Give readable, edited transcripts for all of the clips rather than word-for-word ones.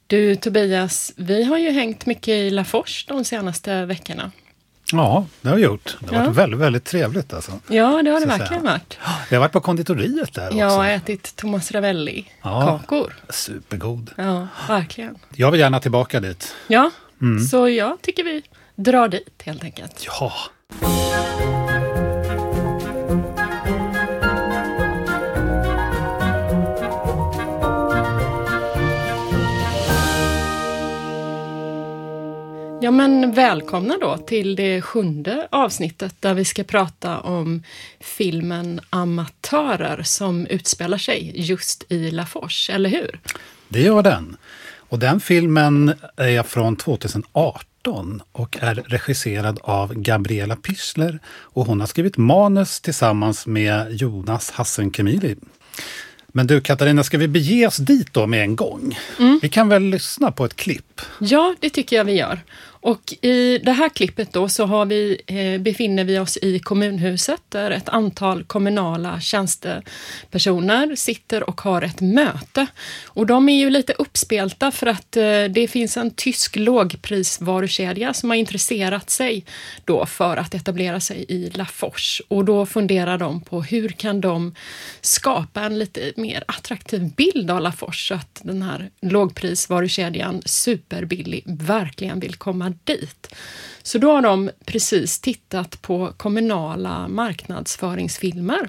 Du Tobias, vi har ju hängt mycket i Lafors de senaste veckorna. Ja, det har vi gjort. Det har varit väldigt, väldigt trevligt alltså. Ja, det har det verkligen varit. Vi har varit på konditoriet där också. Jag har ätit Thomas Ravelli-kakor. Ja, supergod. Ja, verkligen. Jag vill gärna tillbaka dit. Ja, så jag tycker vi drar dit helt enkelt. Ja. Ja, men välkomna då till det 7:e avsnittet där vi ska prata om filmen Amatörer som utspelar sig just i Lafors, eller hur? Det gör den. Och den filmen är från 2018 och är regisserad av Gabriela Pichler och hon har skrivit manus tillsammans med Jonas Hassan-Khemili. Men du Katarina, ska vi bege oss dit då med en gång? Vi kan väl lyssna på ett klipp? Ja, det tycker jag vi gör. Och i det här klippet då så befinner vi oss i kommunhuset där ett antal kommunala tjänstepersoner sitter och har ett möte. Och de är ju lite uppspelta för att det finns en tysk lågprisvarukedja som har intresserat sig då för att etablera sig i Lafors. Och då funderar de på hur kan de skapa en lite mer attraktiv bild av Lafors så att den här lågprisvarukedjan Superbillig verkligen vill komma dit. Så då har de precis tittat på kommunala marknadsföringsfilmer.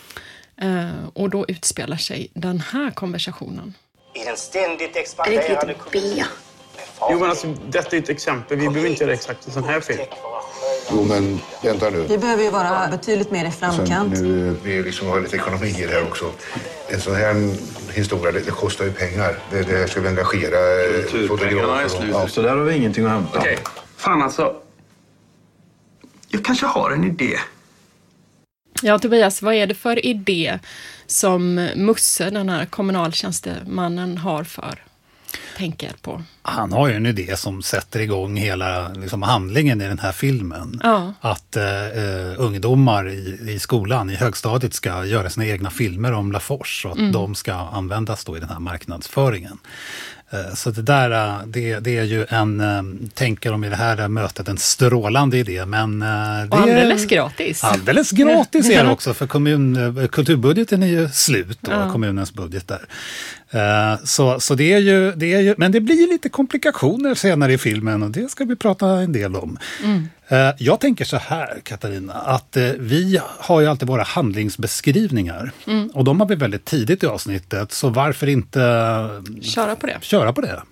Och då utspelar sig den här konversationen. I den ständigt expanderande B. Jo, men alltså, detta är ett exempel. Vi behöver inte göra exakt en sån här film. Jo, men vänta nu. Vi behöver ju vara betydligt mer i framkant. Nu, vi liksom har lite ekonomi i det här också. En sån här historia, det kostar ju pengar. Det ska vi engagera Kulturpengarna är slut, ja. så där har vi ingenting att hämta. Okej, fan alltså. Jag kanske har en idé. Ja, Tobias, vad är det för idé som Musse, den här kommunaltjänstemannen, har för tänker på? Han har ju en idé som sätter igång hela liksom, handlingen i den här filmen. Ja. Att ungdomar i skolan, i högstadiet, ska göra sina egna filmer om Lafors och att de ska användas då i den här marknadsföringen. Så det där, det är ju tänker de i det här mötet, en strålande idé. Men det och alldeles gratis. Alldeles gratis är det också, för kulturbudgeten är ju slut och kommunens budget där. Så det är ju, men det blir lite komplikationer senare i filmen och det ska vi prata en del om. Jag tänker så här, Katarina, att vi har ju alltid våra handlingsbeskrivningar och de har vi väldigt tidigt i avsnittet, så varför inte köra på det?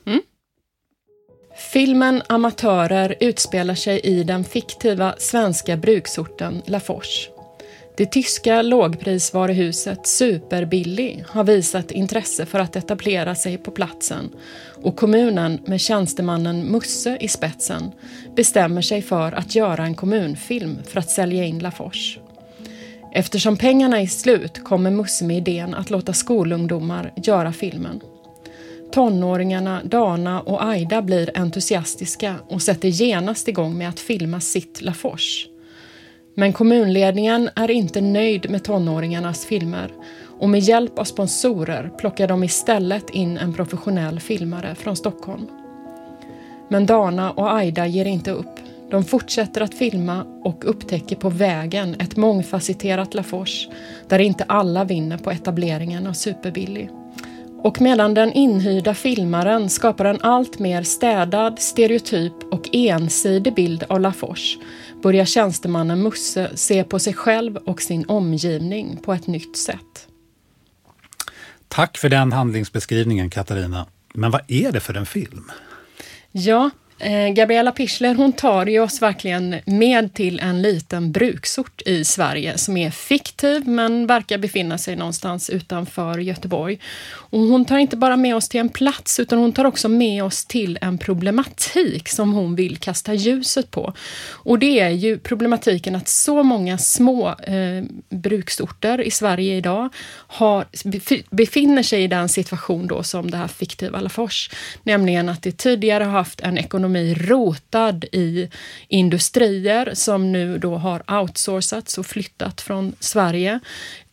Filmen Amatörer utspelar sig i den fiktiva svenska bruksorten Lafors. Det tyska lågprisvaruhuset Superbillig har visat intresse för att etablera sig på platsen och kommunen med tjänstemannen Musse i spetsen bestämmer sig för att göra en kommunfilm för att sälja in Lafors. Eftersom pengarna är slut kommer Musse med idén att låta skolungdomar göra filmen. Tonåringarna Dana och Aida blir entusiastiska och sätter genast igång med att filma sitt Lafors. Men kommunledningen är inte nöjd med tonåringarnas filmer och med hjälp av sponsorer plockar de istället in en professionell filmare från Stockholm. Men Dana och Aida ger inte upp. De fortsätter att filma och upptäcker på vägen ett mångfacetterat Lafors där inte alla vinner på etableringen av Superbillig. Och medan den inhyrda filmaren skapar en allt mer städad, stereotyp och ensidig bild av Lafors börjar tjänstemannen Musse se på sig själv och sin omgivning på ett nytt sätt. Tack för den handlingsbeskrivningen, Katarina. Men vad är det för en film? Ja, Gabriela Pichler, hon tar ju oss verkligen med till en liten bruksort i Sverige som är fiktiv men verkar befinna sig någonstans utanför Göteborg. Och hon tar inte bara med oss till en plats utan hon tar också med oss till en problematik som hon vill kasta ljuset på. Och det är ju problematiken att så många små bruksorter i Sverige idag befinner sig i den situation då som det här fiktiva Lafors. Nämligen att det tidigare har haft en ekonomi rotad i industrier som nu då har outsourcats och flyttat från Sverige.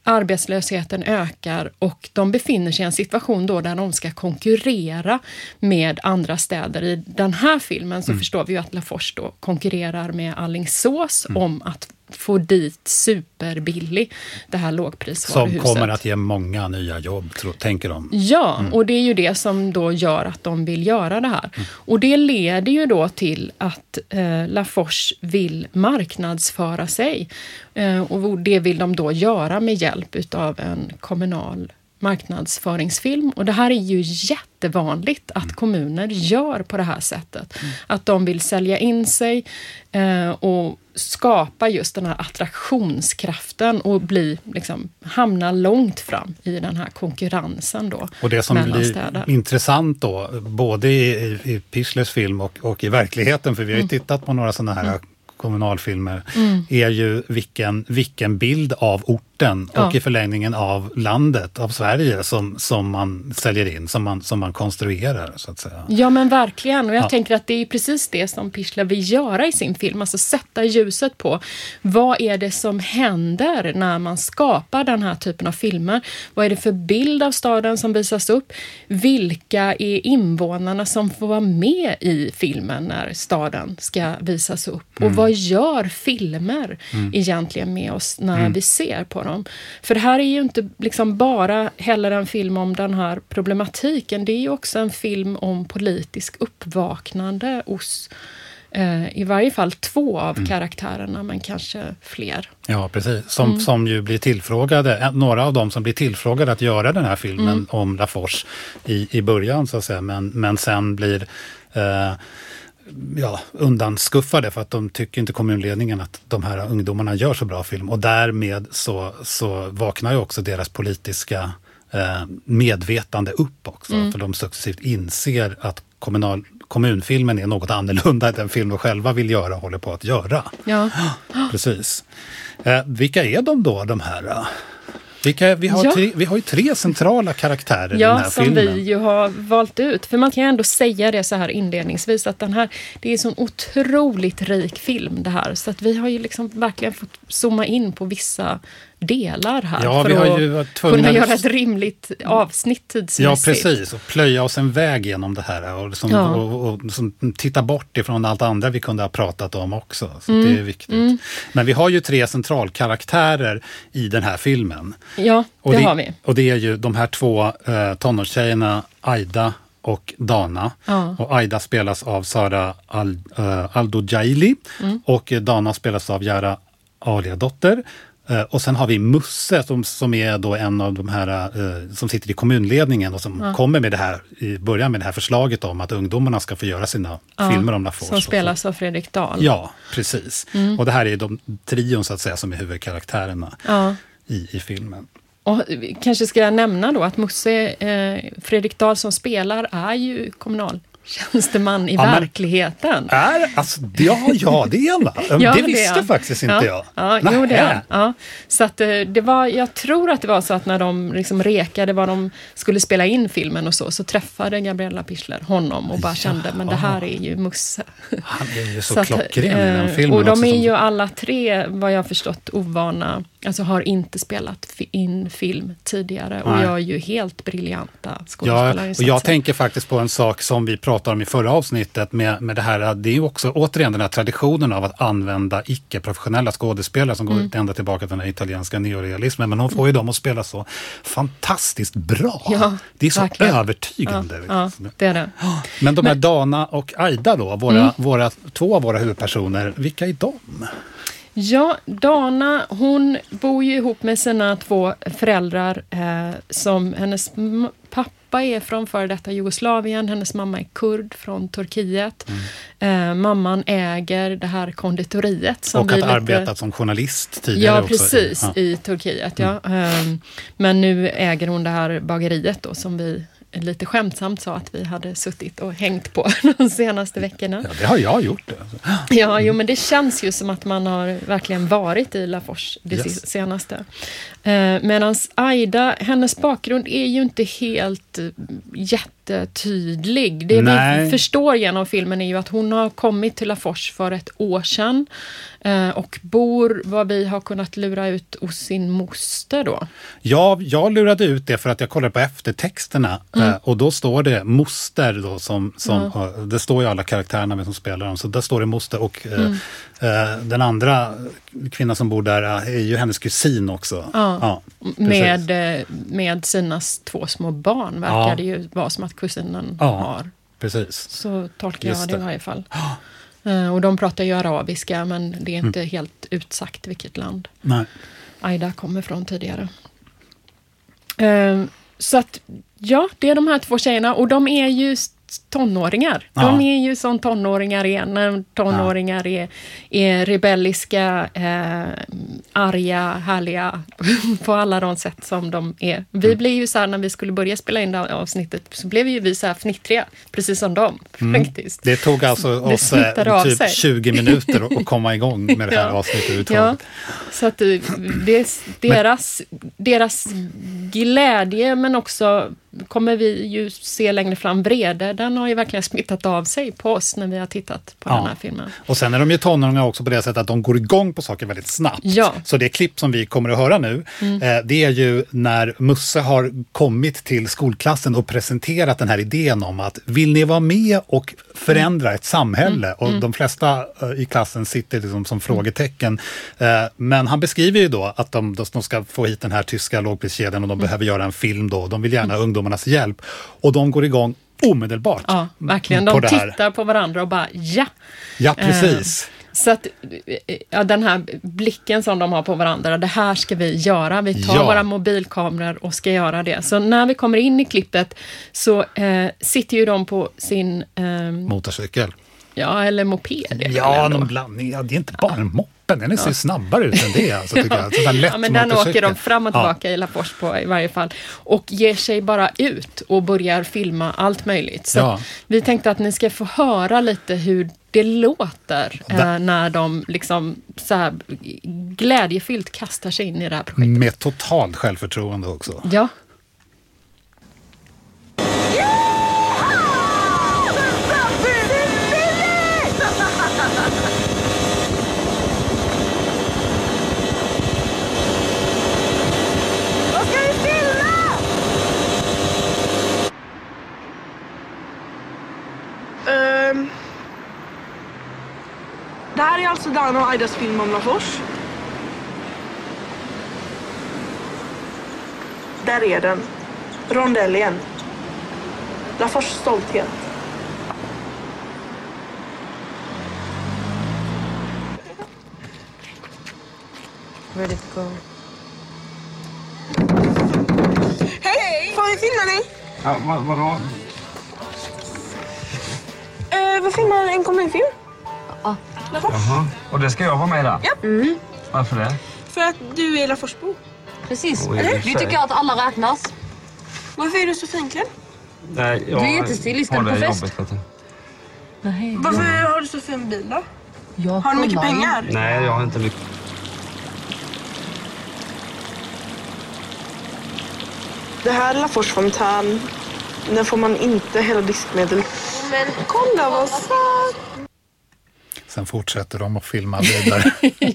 arbetslösheten ökar och de befinner sig i en situation då där de ska konkurrera med andra städer. I den här filmen så förstår vi ju att Lafors då konkurrerar med Alingsås om att få dit superbillig det här lågprisvaruhuset. Som kommer att ge många nya jobb, tänker de. Ja, och det är ju det som då gör att de vill göra det här. Och det leder ju då till att Lafors vill marknadsföra sig. Och det vill de då göra med hjälp utav en kommunal marknadsföringsfilm. Och det här är ju jättevanligt att kommuner gör på det här sättet. Att de vill sälja in sig och skapa just den här attraktionskraften och hamna långt fram i den här konkurrensen då. Och det som blir städer. Intressant då, både i Pichlers film och i verkligheten, för vi har ju tittat på några sådana här kommunalfilmer, är ju vilken bild av orten och i förlängningen av landet, av Sverige som man säljer in, som man konstruerar så att säga. Ja, men verkligen. Och jag tänker att det är precis det som Pichler vill göra i sin film. Alltså sätta ljuset på vad är det som händer när man skapar den här typen av filmer. Vad är det för bild av staden som visas upp? Vilka är invånarna som får vara med i filmen när staden ska visas upp? Och vad gör filmer egentligen med oss när vi ser på dem? För det här är ju inte bara heller en film om den här problematiken. Det är ju också en film om politisk uppvaknande hos i varje fall 2 av karaktärerna, men kanske fler. Ja, precis. Som ju blir tillfrågade, några av dem som blir tillfrågade att göra den här filmen om Lafors i början så att säga, men sen blir undanskuffade för att de tycker inte kommunledningen att de här ungdomarna gör så bra film. Och därmed så vaknar ju också deras politiska medvetande upp också. För de successivt inser att kommunfilmen är något annorlunda än den film de själva vill göra och håller på att göra. Ja. Precis. Vilka är de här? Vi har ju 3 centrala karaktärer i den här filmen. Ja, som vi ju har valt ut. För man kan ju ändå säga det så här inledningsvis att det är en sån otroligt rik film det här. Så att vi har ju verkligen fått zooma in på vissa delar här för att kunna göra ett rimligt avsnitt tidsmässigt. Ja, precis. Och plöja oss en väg genom det här och titta bort ifrån allt andra vi kunde ha pratat om också. Så det är viktigt. Men vi har ju 3 centralkaraktärer i den här filmen. Ja, det har vi. Och det är ju de här 2 tonårstjejerna, Aida och Dana. Och Aida spelas av Sara Aldojaili och Dana spelas av Yara Aliadotter. Och sen har vi Musse som är då en av de här som sitter i kommunledningen och som kommer med det här i början med det här förslaget om att ungdomarna ska få göra sina filmer om Lafors. Som spelas av Fredrik Dahl. Ja, precis. Och det här är de trion så att säga som är huvudkaraktärerna i filmen. Och kanske ska jag nämna då att Musse, Fredrik Dahl som spelar är ju kommunaltjänsteman i verkligheten. Det är han. Det visste faktiskt inte jag. Jo, det är. Ja. Så att jag tror att det var så att när de rekade vad de skulle spela in filmen och så träffade Gabriella Pichler honom och bara kände, men det här är ju Musse. Han är ju så klockren i den filmen. Och de är ju alla 3, vad jag har förstått, ovana. Alltså har inte spelat in film tidigare och gör ju helt briljanta skådespelarinsatser. Och jag tänker faktiskt på en sak som vi pratade om i förra avsnittet med det här. Det är ju också återigen den här traditionen av att använda icke-professionella skådespelare som går ända tillbaka till den italienska neorealismen. Men hon får ju dem att spela så fantastiskt bra. Ja, det är så verkligen övertygande. Ja, det är det. Men de här Dana och Aida då, 2 av våra huvudpersoner, vilka är de? Ja, Dana, hon bor ju ihop med sina 2 föräldrar som hennes pappa är från före detta Jugoslavien, hennes mamma är kurd från Turkiet. Mamman äger det här konditoriet. Som och att arbetat som journalist tidigare också. Precis, i Turkiet. Men nu äger hon det här bageriet då som vi lite skämtsamt sa att vi hade suttit och hängt på de senaste veckorna. Ja, det har jag gjort. Ja, men det känns ju som att man har verkligen varit i Lafors det senaste. Medan Aida, hennes bakgrund är ju inte helt jättetydlig. Det vi förstår genom filmen är ju att hon har kommit till Lafors för ett år sedan och bor, vad vi har kunnat lura ut, hos sin moster då. Ja, jag lurade ut det för att jag kollade på eftertexterna och då står det moster då som det står ju alla karaktärerna med som spelar dem, så där står det moster och den andra kvinnan som bor där är ju hennes kusin också. Ja, med sina 2 små barn verkar det ju vara som att kusinen har. Precis. Så tolkar jag det i varje fall. Och de pratar ju arabiska, men det är inte helt utsagt vilket land Aida kommer från tidigare. Så att, ja, det är de här 2 tjejerna och de är ju tonåringar. De är ju som tonåringar igen. När tonåringar är rebelliska, arga, härliga på alla de sätt som de är. Vi blev ju så här, när vi skulle börja spela in det här avsnittet, så blev ju vi så här fnittriga, precis som de, faktiskt. Det tog alltså oss typ 20 minuter att komma igång med det här avsnittet. Ja, så att deras glädje, men också kommer vi ju se längre fram vrede. Den har ju verkligen smittat av sig på oss när vi har tittat på den här filmen. Och sen är de ju tonåringar också på det sättet att de går igång på saker väldigt snabbt. Ja. Så det klipp som vi kommer att höra nu, det är ju när Musse har kommit till skolklassen och presenterat den här idén om att vill ni vara med och förändra ett samhälle? Och de flesta i klassen sitter liksom som frågetecken. Men han beskriver ju då att de ska få hit den här tyska lågpriskedjan och de behöver göra en film då. De vill gärna ungdomarnas hjälp. Och de går igång omedelbart. Ja, verkligen. De tittar på varandra och bara Ja, precis. Så att den här blicken som de har på varandra, det här ska vi göra. Vi tar våra mobilkameror och ska göra det. Så när vi kommer in i klippet så sitter ju de på sin motorcykel. Ja, eller moped. Ja, någon blandning. Ja, det är inte bara en moppen. Den ser snabbare ut än det. Alltså, tycker jag. Så lätt men den åker de fram och tillbaka i Lafors på i varje fall. Och ger sig bara ut och börjar filma allt möjligt. Så vi tänkte att ni ska få höra lite hur det låter när de liksom så här glädjefyllt kastar sig in i det här projektet. Med totalt självförtroende också. Ja. Det här är alltså Dan och Aidas film om Lafors. Där är den. Rondellen. Lafors stolthet. Ready to go. Hej! Får vi filma dig? Ja, vadå? Vi filmar en kommunfilm. Ja. Jaha, och det ska jag vara med i där? Ja. Varför det? För att du är Laforsbo. Precis. Vi tycker att alla räknas. Varför är du så finklädd? Nej, Du är jättestilig, ska du på fest? Nej, Varför har du så fin bil då? jag Har du mycket kollar ju. pengar? Nej, jag har inte mycket. Det här är Lafors fontän. Där får man inte hela diskmedel. Men kolla vad fan. Sen fortsätter de att filma vidare.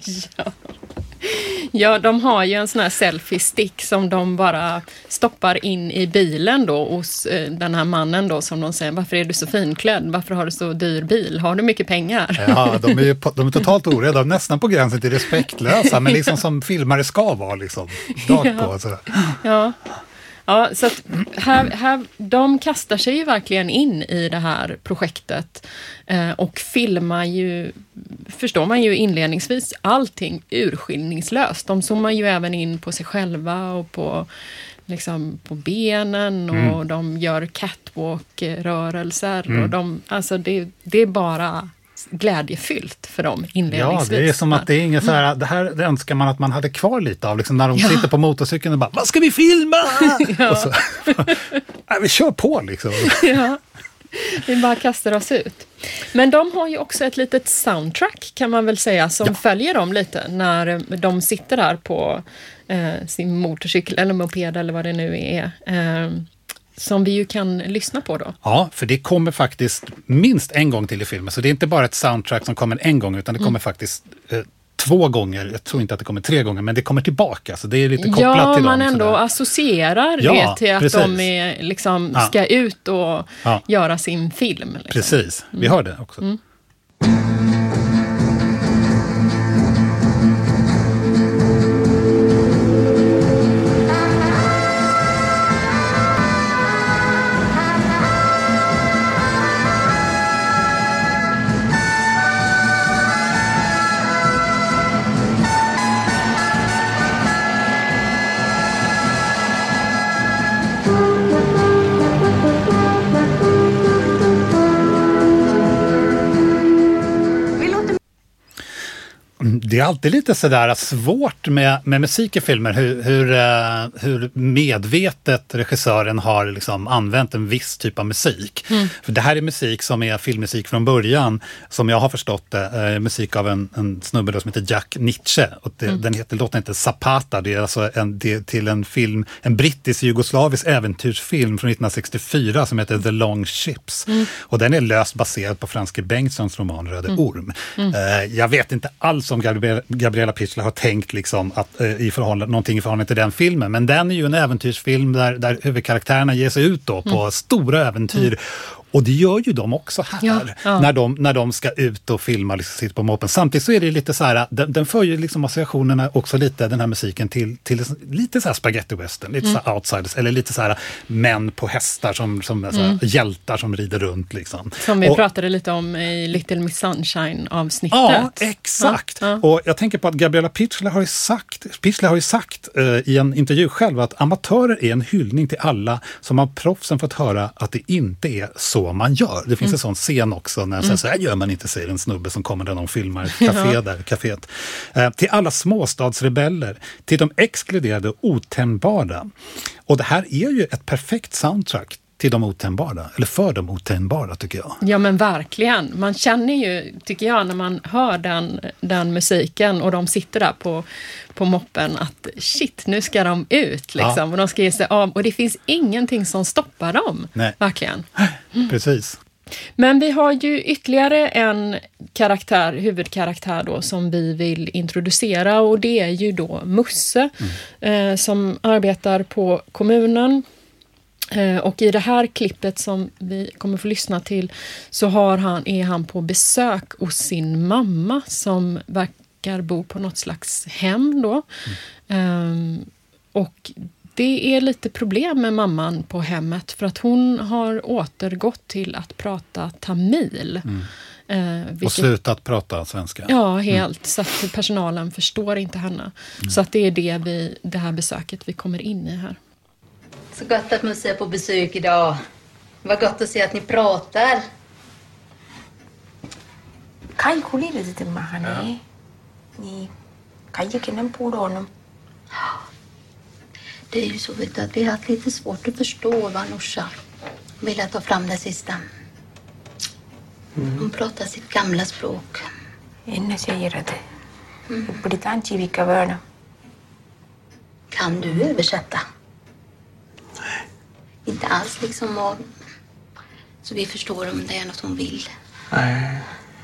Ja, de har ju en sån här selfie-stick som de bara stoppar in i bilen då hos den här mannen då, som de säger, varför är du så finklädd? Varför har du så dyr bil? Har du mycket pengar? Ja, de är totalt orädda, nästan på gränsen till respektlösa, men liksom som filmare ska vara liksom, rakt på. Sådär. Ja, så att här, de kastar sig ju verkligen in i det här projektet och filmar ju, förstår man ju inledningsvis, allting urskillningslöst. De zoomar ju även in på sig själva och på, liksom, på benen och de gör catwalk-rörelser och alltså det är bara glädjefyllt för dem inledningsvis. Ja, det är som att det är inget så här, det här önskar man att man hade kvar lite av, liksom när de sitter på motorcykeln och bara, vad ska vi filma? Och så, vi kör på liksom. Ja, vi bara kastar oss ut. Men de har ju också ett litet soundtrack, kan man väl säga, som följer dem lite när de sitter där på sin motorcykel eller moped eller vad det nu är. som vi ju kan lyssna på då. Ja, för det kommer faktiskt minst en gång till i filmen. Så det är inte bara ett soundtrack som kommer en gång, utan det kommer faktiskt 2 gånger. Jag tror inte att det kommer 3 gånger, men det kommer tillbaka. Så det är lite kopplat till dem. Ja, man ändå associerar det till att de är, liksom, ska ut och göra sin film. Liksom. Precis, vi hör det också. Det är alltid lite sådär svårt med musik i filmer, hur medvetet regissören har liksom använt en viss typ av musik. För det här är musik som är filmmusik från början, som jag har förstått det, musik av en snubbe då som heter Jack Nitzsche. Och låten heter Zapata, det är alltså till en film, en brittisk-jugoslavisk äventyrsfilm från 1964 som heter The Long Ships. Och den är löst baserad på Franske Bengtssons roman Röde Orm. Jag vet inte alls om Gabriela Pichler har tänkt liksom att, någonting i förhållande till den filmen. Men den är ju en äventyrsfilm där huvudkaraktärerna ger sig ut då på stora äventyr. Och det gör ju de också här, när de ska ut och filma, liksom, sitta på moppen. Samtidigt så är det lite så här, den för ju liksom associationerna också lite, den här musiken till lite så här spaghetti-western, lite så här outsiders, eller lite så här män på hästar som så här, hjältar som rider runt liksom. Som vi pratade lite om i Little Miss Sunshine-avsnittet. Ja, exakt. Och jag tänker på att Gabriela Pichler har ju sagt i en intervju själv att amatörer är en hyllning till alla som av proffsen fått höra att det inte är så man gör. Det finns en sån scen också när så här gör man inte, säger en snubbe som kommer där de filmar kaféet. Till alla småstadsrebeller, till de exkluderade och otändbara. Och det här är ju ett perfekt soundtrack till de otändbara, eller för de otändbara, tycker jag. Ja, men verkligen. Man känner ju, tycker jag, när man hör den musiken och de sitter där på moppen att shit, nu ska de ut liksom, och de ska ge sig av, och det finns ingenting som stoppar dem. Nej. Verkligen. Precis. Men vi har ju ytterligare en huvudkaraktär då, som vi vill introducera, och det är ju då Musse som arbetar på kommunen. Och i det här klippet som vi kommer få lyssna till så är han på besök hos sin mamma som verkar bo på något slags hem då. Och det är lite problem med mamman på hemmet för att hon har återgått till att prata tamil. Och slutat prata svenska. Ja, helt. Så att personalen förstår inte henne. Så att det är det här besöket vi kommer in i här. Så gott att Musse är på besök idag. Vad gott att se att ni pratar. Kan kuliah di mahane. Ni kan ju kunna på honom. Det är ju så vet att vi har haft lite svårt att förstå vad Norsa vill ta fram det sista. Hon pratar sitt gamla språk. Enne säger att det blir tanti vilka värna. Kan du översätta? Inte alls liksom så vi förstår om det är något hon vill. Nej.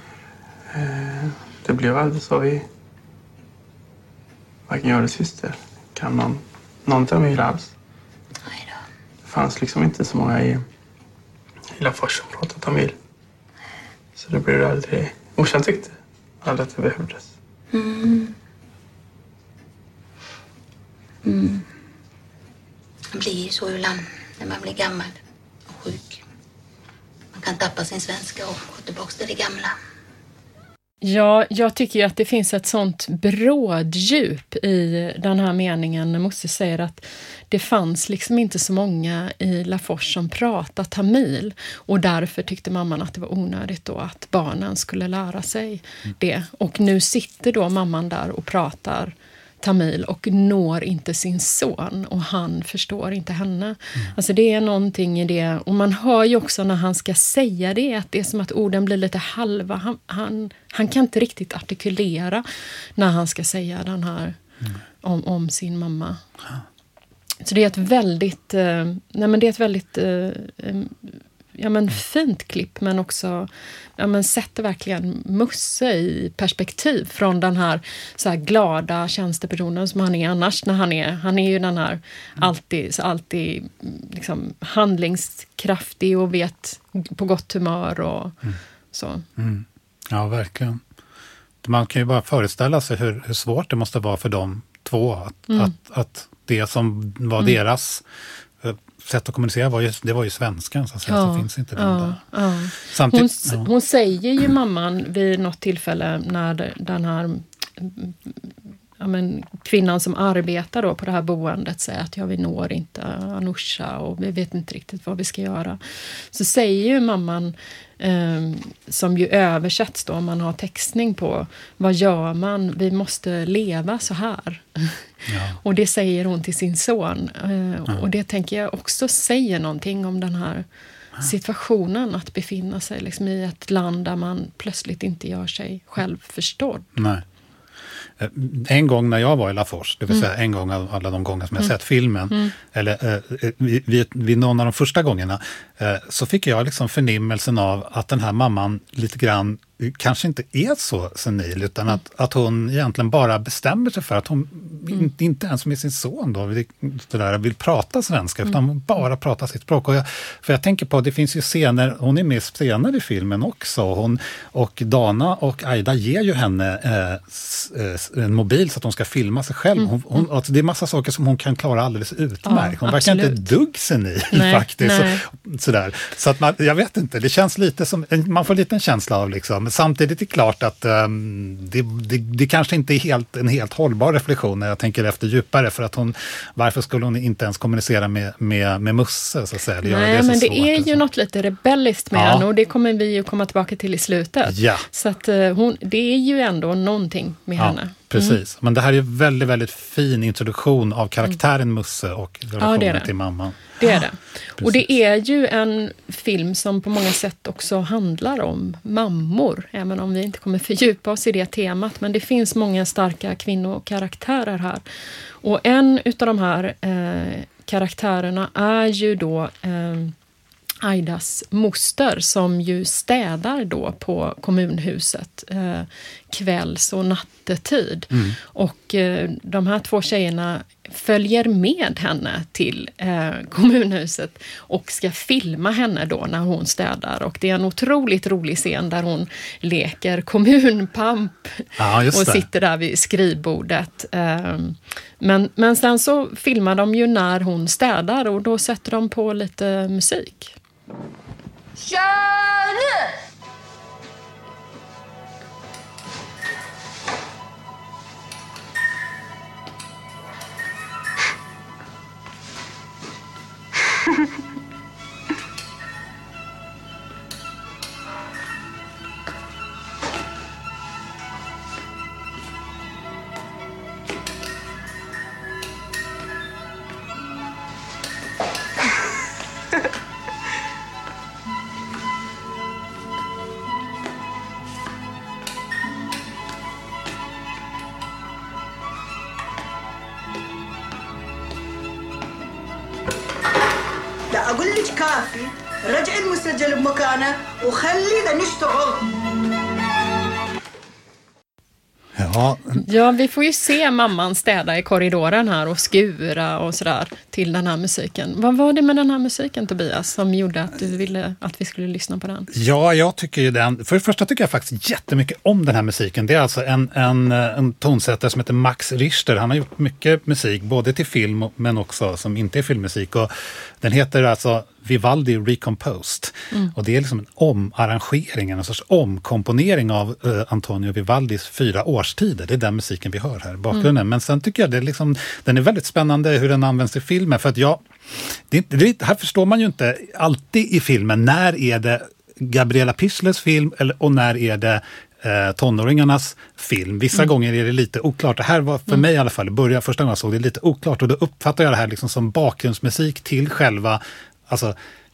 Det blev aldrig så vi varken jag eller syster kan någon tamil alls. Nej då. Det fanns liksom inte så många i Lafors som pratade tamil. Så det blev aldrig. Morsan tyckte aldrig att det behövdes. Det blir ju så ibland när man blir gammal och sjuk. Man kan tappa sin svenska och gå tillbaka till det gamla. Ja, jag tycker ju att det finns ett sånt bråddjup i den här meningen när Musse säger att det fanns liksom inte så många i Lafors som pratade tamil, och därför tyckte mamman att det var onödigt då att barnen skulle lära sig det. Och nu sitter då mamman där och pratar tamil och når inte sin son, och han förstår inte henne. Alltså det är någonting i det, och man hör ju också när han ska säga det att det är som att orden blir lite halva. Han kan inte riktigt artikulera när han ska säga den här om sin mamma. Så det är ett väldigt, det är ett väldigt fint klipp, men också sätter verkligen Musse i perspektiv från den här, så här glada tjänstepersonen som han är annars när han är ju den här alltid liksom handlingskraftig och vet på gott humör och så. Mm. Ja, verkligen. Man kan ju bara föreställa sig hur svårt det måste vara för de två att det som var deras sätt att kommunicera var ju svenskan, så att säga. Så finns inte den där. Ja. Samtidigt, hon säger ju mamman vid något tillfälle när den här kvinnan som arbetar då på det här boendet säger att vi når inte Anusha och vi vet inte riktigt vad vi ska göra. Så säger ju mamman, som ju översätts då om man har textning på, vad gör man? Vi måste leva så här. Ja. Och det säger hon till sin son. Och det tänker jag också säger någonting om den här situationen, att befinna sig liksom i ett land där man plötsligt inte gör sig själv förstådd. Nej. En gång när jag var i Lafors, det vill säga en gång av alla de gånger som jag sett filmen, eller vid någon av de första gångerna, så fick jag liksom förnimmelsen av att den här mamman lite grann kanske inte är så senil, utan att hon egentligen bara bestämmer sig för att hon inte ens med sin son då vill prata svenska, utan hon bara pratar sitt språk. För jag tänker på, det finns ju scener, hon är med senare i filmen också, och Dana och Aida ger ju henne en mobil så att hon ska filma sig själv. Alltså det är massa saker som hon kan klara alldeles utmärkt. Hon verkar inte dugg senil faktiskt. Sådär. Så att jag vet inte, det känns lite som, man får lite en känsla av liksom. Samtidigt är det klart att det kanske inte är en helt hållbar reflektion när jag tänker efter djupare, för att varför skulle hon inte ens kommunicera med Musse, så att säga? Det är ju något lite rebelliskt med henne, och det kommer vi ju komma tillbaka till i slutet. Ja. Så att det är ju ändå någonting med henne. Precis, men det här är ju väldigt, väldigt fin introduktion av karaktären Musse och relationen till mamman. Det är det. Precis. Och det är ju en film som på många sätt också handlar om mammor, även om vi inte kommer fördjupa oss i det temat. Men det finns många starka kvinnokaraktärer här. Och en utav de här karaktärerna är ju då Aidas moster, som ju städar då på kommunhuset kvälls- och nattetid. Och de här två tjejerna följer med henne till kommunhuset och ska filma henne då när hon städar. Och det är en otroligt rolig scen där hon leker kommunpamp och sitter där vid skrivbordet. Men sen så filmar de ju när hon städar, och då sätter de på lite musik. Kör! أقول لك كافي رجع المسجل بمكانه وخلينا نشتغل. Ja, vi får ju se mamman städa i korridoren här och skura och sådär till den här musiken. Vad var det med den här musiken, Tobias, som gjorde att du ville att vi skulle lyssna på den? Ja, jag tycker ju för det första tycker jag faktiskt jättemycket om den här musiken. Det är alltså en tonsättare som heter Max Richter. Han har gjort mycket musik, både till film men också som inte är filmmusik. Och den heter alltså Vivaldi Recomposed. Och det är liksom en omarrangering, en sorts omkomponering av Antonio Vivaldis 4 årstider. Det är den musiken vi hör här i bakgrunden. Men sen tycker jag den är väldigt spännande hur den används i filmen. För att här förstår man ju inte alltid i filmen när är det Gabriella Pichles film och när är det tonåringarnas film. Vissa gånger är det lite oklart. Det här var för mig i alla fall, första gången jag såg det lite oklart, och då uppfattar jag det här liksom som bakgrundsmusik till själva, alltså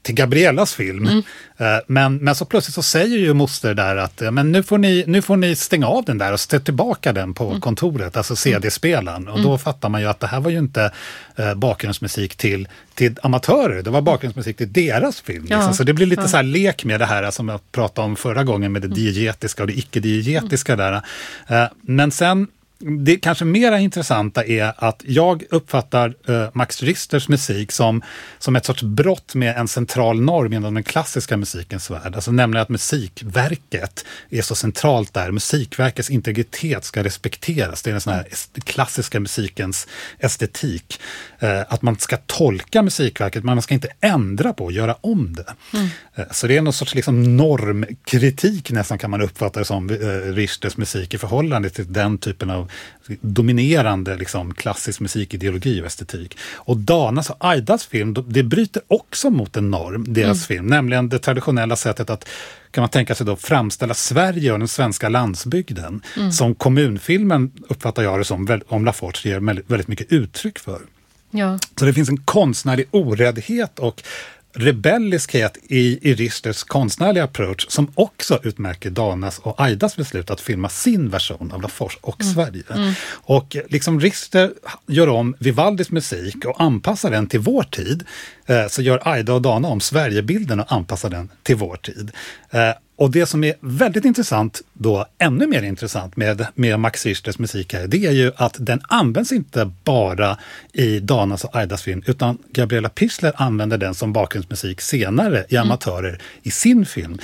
till Gabriellas film. Men så plötsligt så säger ju moster där att men nu får ni stänga av den där och ställa tillbaka den på kontoret, alltså CD-spelaren. Och då fattar man ju att det här var ju inte bakgrundsmusik till amatörer, det var bakgrundsmusik till deras film. Liksom. Så det blir lite så här lek med det här som jag pratade om förra gången med det diegetiska och det icke-diegetiska där. Men sen det kanske mera intressanta är att jag uppfattar Max Richter's musik som ett sorts brott med en central norm inom den klassiska musikens värld. Alltså nämligen att musikverket är så centralt där. Musikverkets integritet ska respekteras. Det är den sån här klassiska musikens estetik. Att man ska tolka musikverket, men man ska inte ändra på och göra om det. Så det är någon sorts liksom normkritik nästan kan man uppfatta det som Richters musik i förhållande till den typen av dominerande liksom, klassisk musikideologi och estetik. Och Danas och Aidas film, det bryter också mot en norm, deras film, nämligen det traditionella sättet att kan man tänka sig då framställa Sverige och den svenska landsbygden som kommunfilmen uppfattar jag det som om Laforge ger väldigt mycket uttryck för. Ja. Så det finns en konstnärlig oräddhet och rebelliskhet i Richters konstnärliga approach som också utmärker Danas och Aidas beslut att filma sin version av Laforge och Sverige. Och liksom Richter gör om Vivaldis musik och anpassar den till vår tid, så gör Aida och Dana om Sverigebilden och anpassar den till vår tid. Och det som är väldigt intressant då, ännu mer intressant med Max Richters musik här, det är ju att den används inte bara i Danas och Aidas film, utan Gabriella Pichler använder den som bakgrundsmusik senare i amatörer i sin film.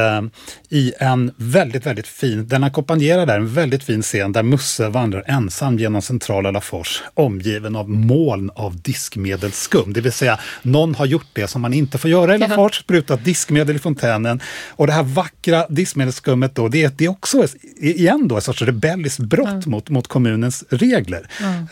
I en väldigt, väldigt fin, den ackompanjerar där en väldigt fin scen där Musse vandrar ensam genom centrala Laforge, omgiven av moln av diskmedelsskum. Det vill säga, någon har gjort det som man inte får göra i Laforge, sprutat diskmedel i fontänen. Och det här vackra diskmedelsskummet då, det är också igen då ett sorts rebelliskt brott mot kommunens regler.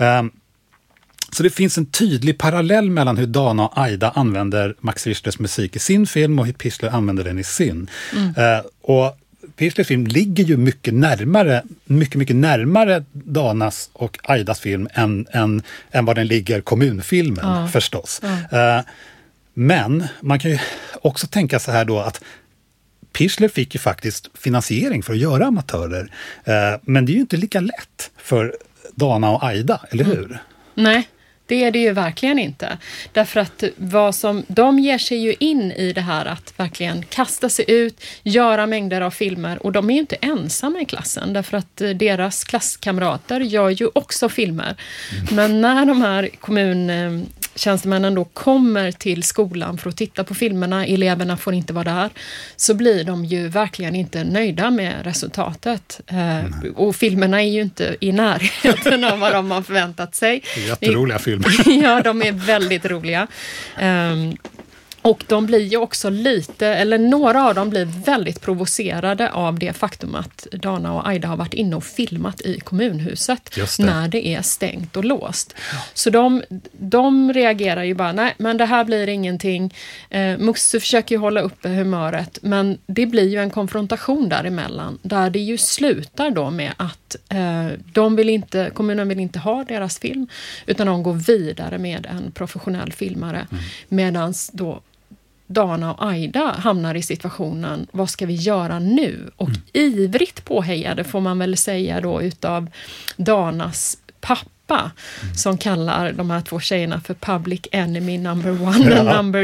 Så det finns en tydlig parallell mellan hur Dana och Aida använder Max Richters musik i sin film och hur Pichler använder den i sin. Och Pichlers film ligger ju mycket närmare Danas och Aidas film än vad den ligger kommunfilmen förstås. Men man kan ju också tänka så här då att Pichler fick ju faktiskt finansiering för att göra amatörer. Men det är ju inte lika lätt för Dana och Aida, eller hur? Nej, det är det ju verkligen inte. Därför att de ger sig ju in i det här att verkligen kasta sig ut, göra mängder av filmer. Och de är ju inte ensamma i klassen, därför att deras klasskamrater gör ju också filmer. Men när de här kommuntjänstemännen då kommer till skolan för att titta på filmerna, eleverna får inte vara där, så blir de ju verkligen inte nöjda med resultatet. Och filmerna är ju inte i närheten av vad de har förväntat sig. Jätteroliga filmer. Ja, de är väldigt roliga. Och de blir ju också några av dem blir väldigt provocerade av det faktum att Dana och Aida har varit inne och filmat i kommunhuset när det är stängt och låst. Så de reagerar ju bara, nej, men det här blir ingenting. Musse försöker ju hålla uppe humöret, men det blir ju en konfrontation däremellan, där det ju slutar då med att kommunen vill inte ha deras film, utan de går vidare med en professionell filmare, medans då Dana och Aida hamnar i situationen, vad ska vi göra nu? Och ivrigt påhejade, får man väl säga då, utav Danas pappa, som kallar de här två tjejerna för public enemy number 1 och number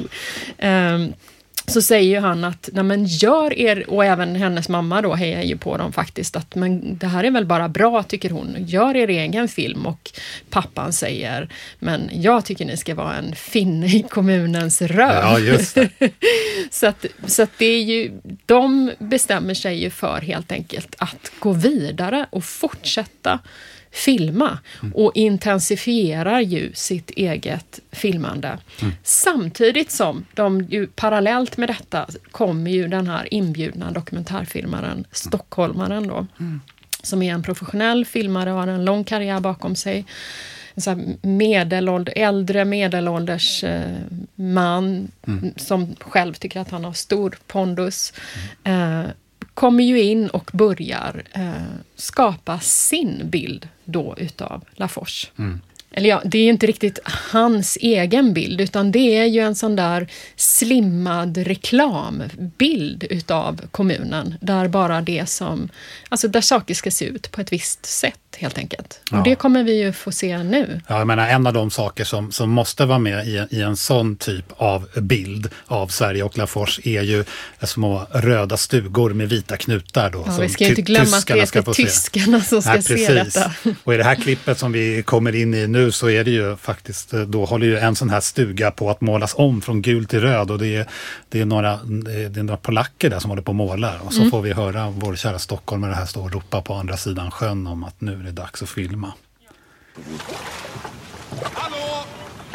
2. Så säger ju han att, nej men gör er, och även hennes mamma då hejar ju på dem faktiskt, att men det här är väl bara bra, tycker hon, gör er egen film. Och pappan säger, men jag tycker ni ska vara en finne i kommunens röv. Ja, just det. så att det är ju, de bestämmer sig ju för helt enkelt att gå vidare och fortsätta filma, och intensifierar ju sitt eget filmande. Samtidigt som parallellt med detta kommer ju den här inbjudna dokumentärfilmaren, stockholmaren då, som är en professionell filmare och har en lång karriär bakom sig. En sån här äldre medelålders man som själv tycker att han har stor pondus, kommer ju in och börjar skapa sin bild då utav Laforge. eller ja, det är inte riktigt hans egen bild, utan det är ju en sån där slimmad reklambild utav kommunen, där bara det som, alltså där saker ska se ut på ett visst sätt helt enkelt. Och det kommer vi ju få se nu. Ja, jag menar, en av de saker som måste vara med i en sån typ av bild av Sverige och Lafors är ju små röda stugor med vita knutar då. Ja, vi ska ju inte glömma att det är tyskarna som ska se detta. Och i det här klippet som vi kommer in i nu så är det ju faktiskt, då håller ju en sån här stuga på att målas om från gul till röd, och det är några polacker där som håller på att måla, och så får vi höra vår kära stockholmare här stå och ropa på andra sidan sjön om att nu är det dags att filma. Hallå!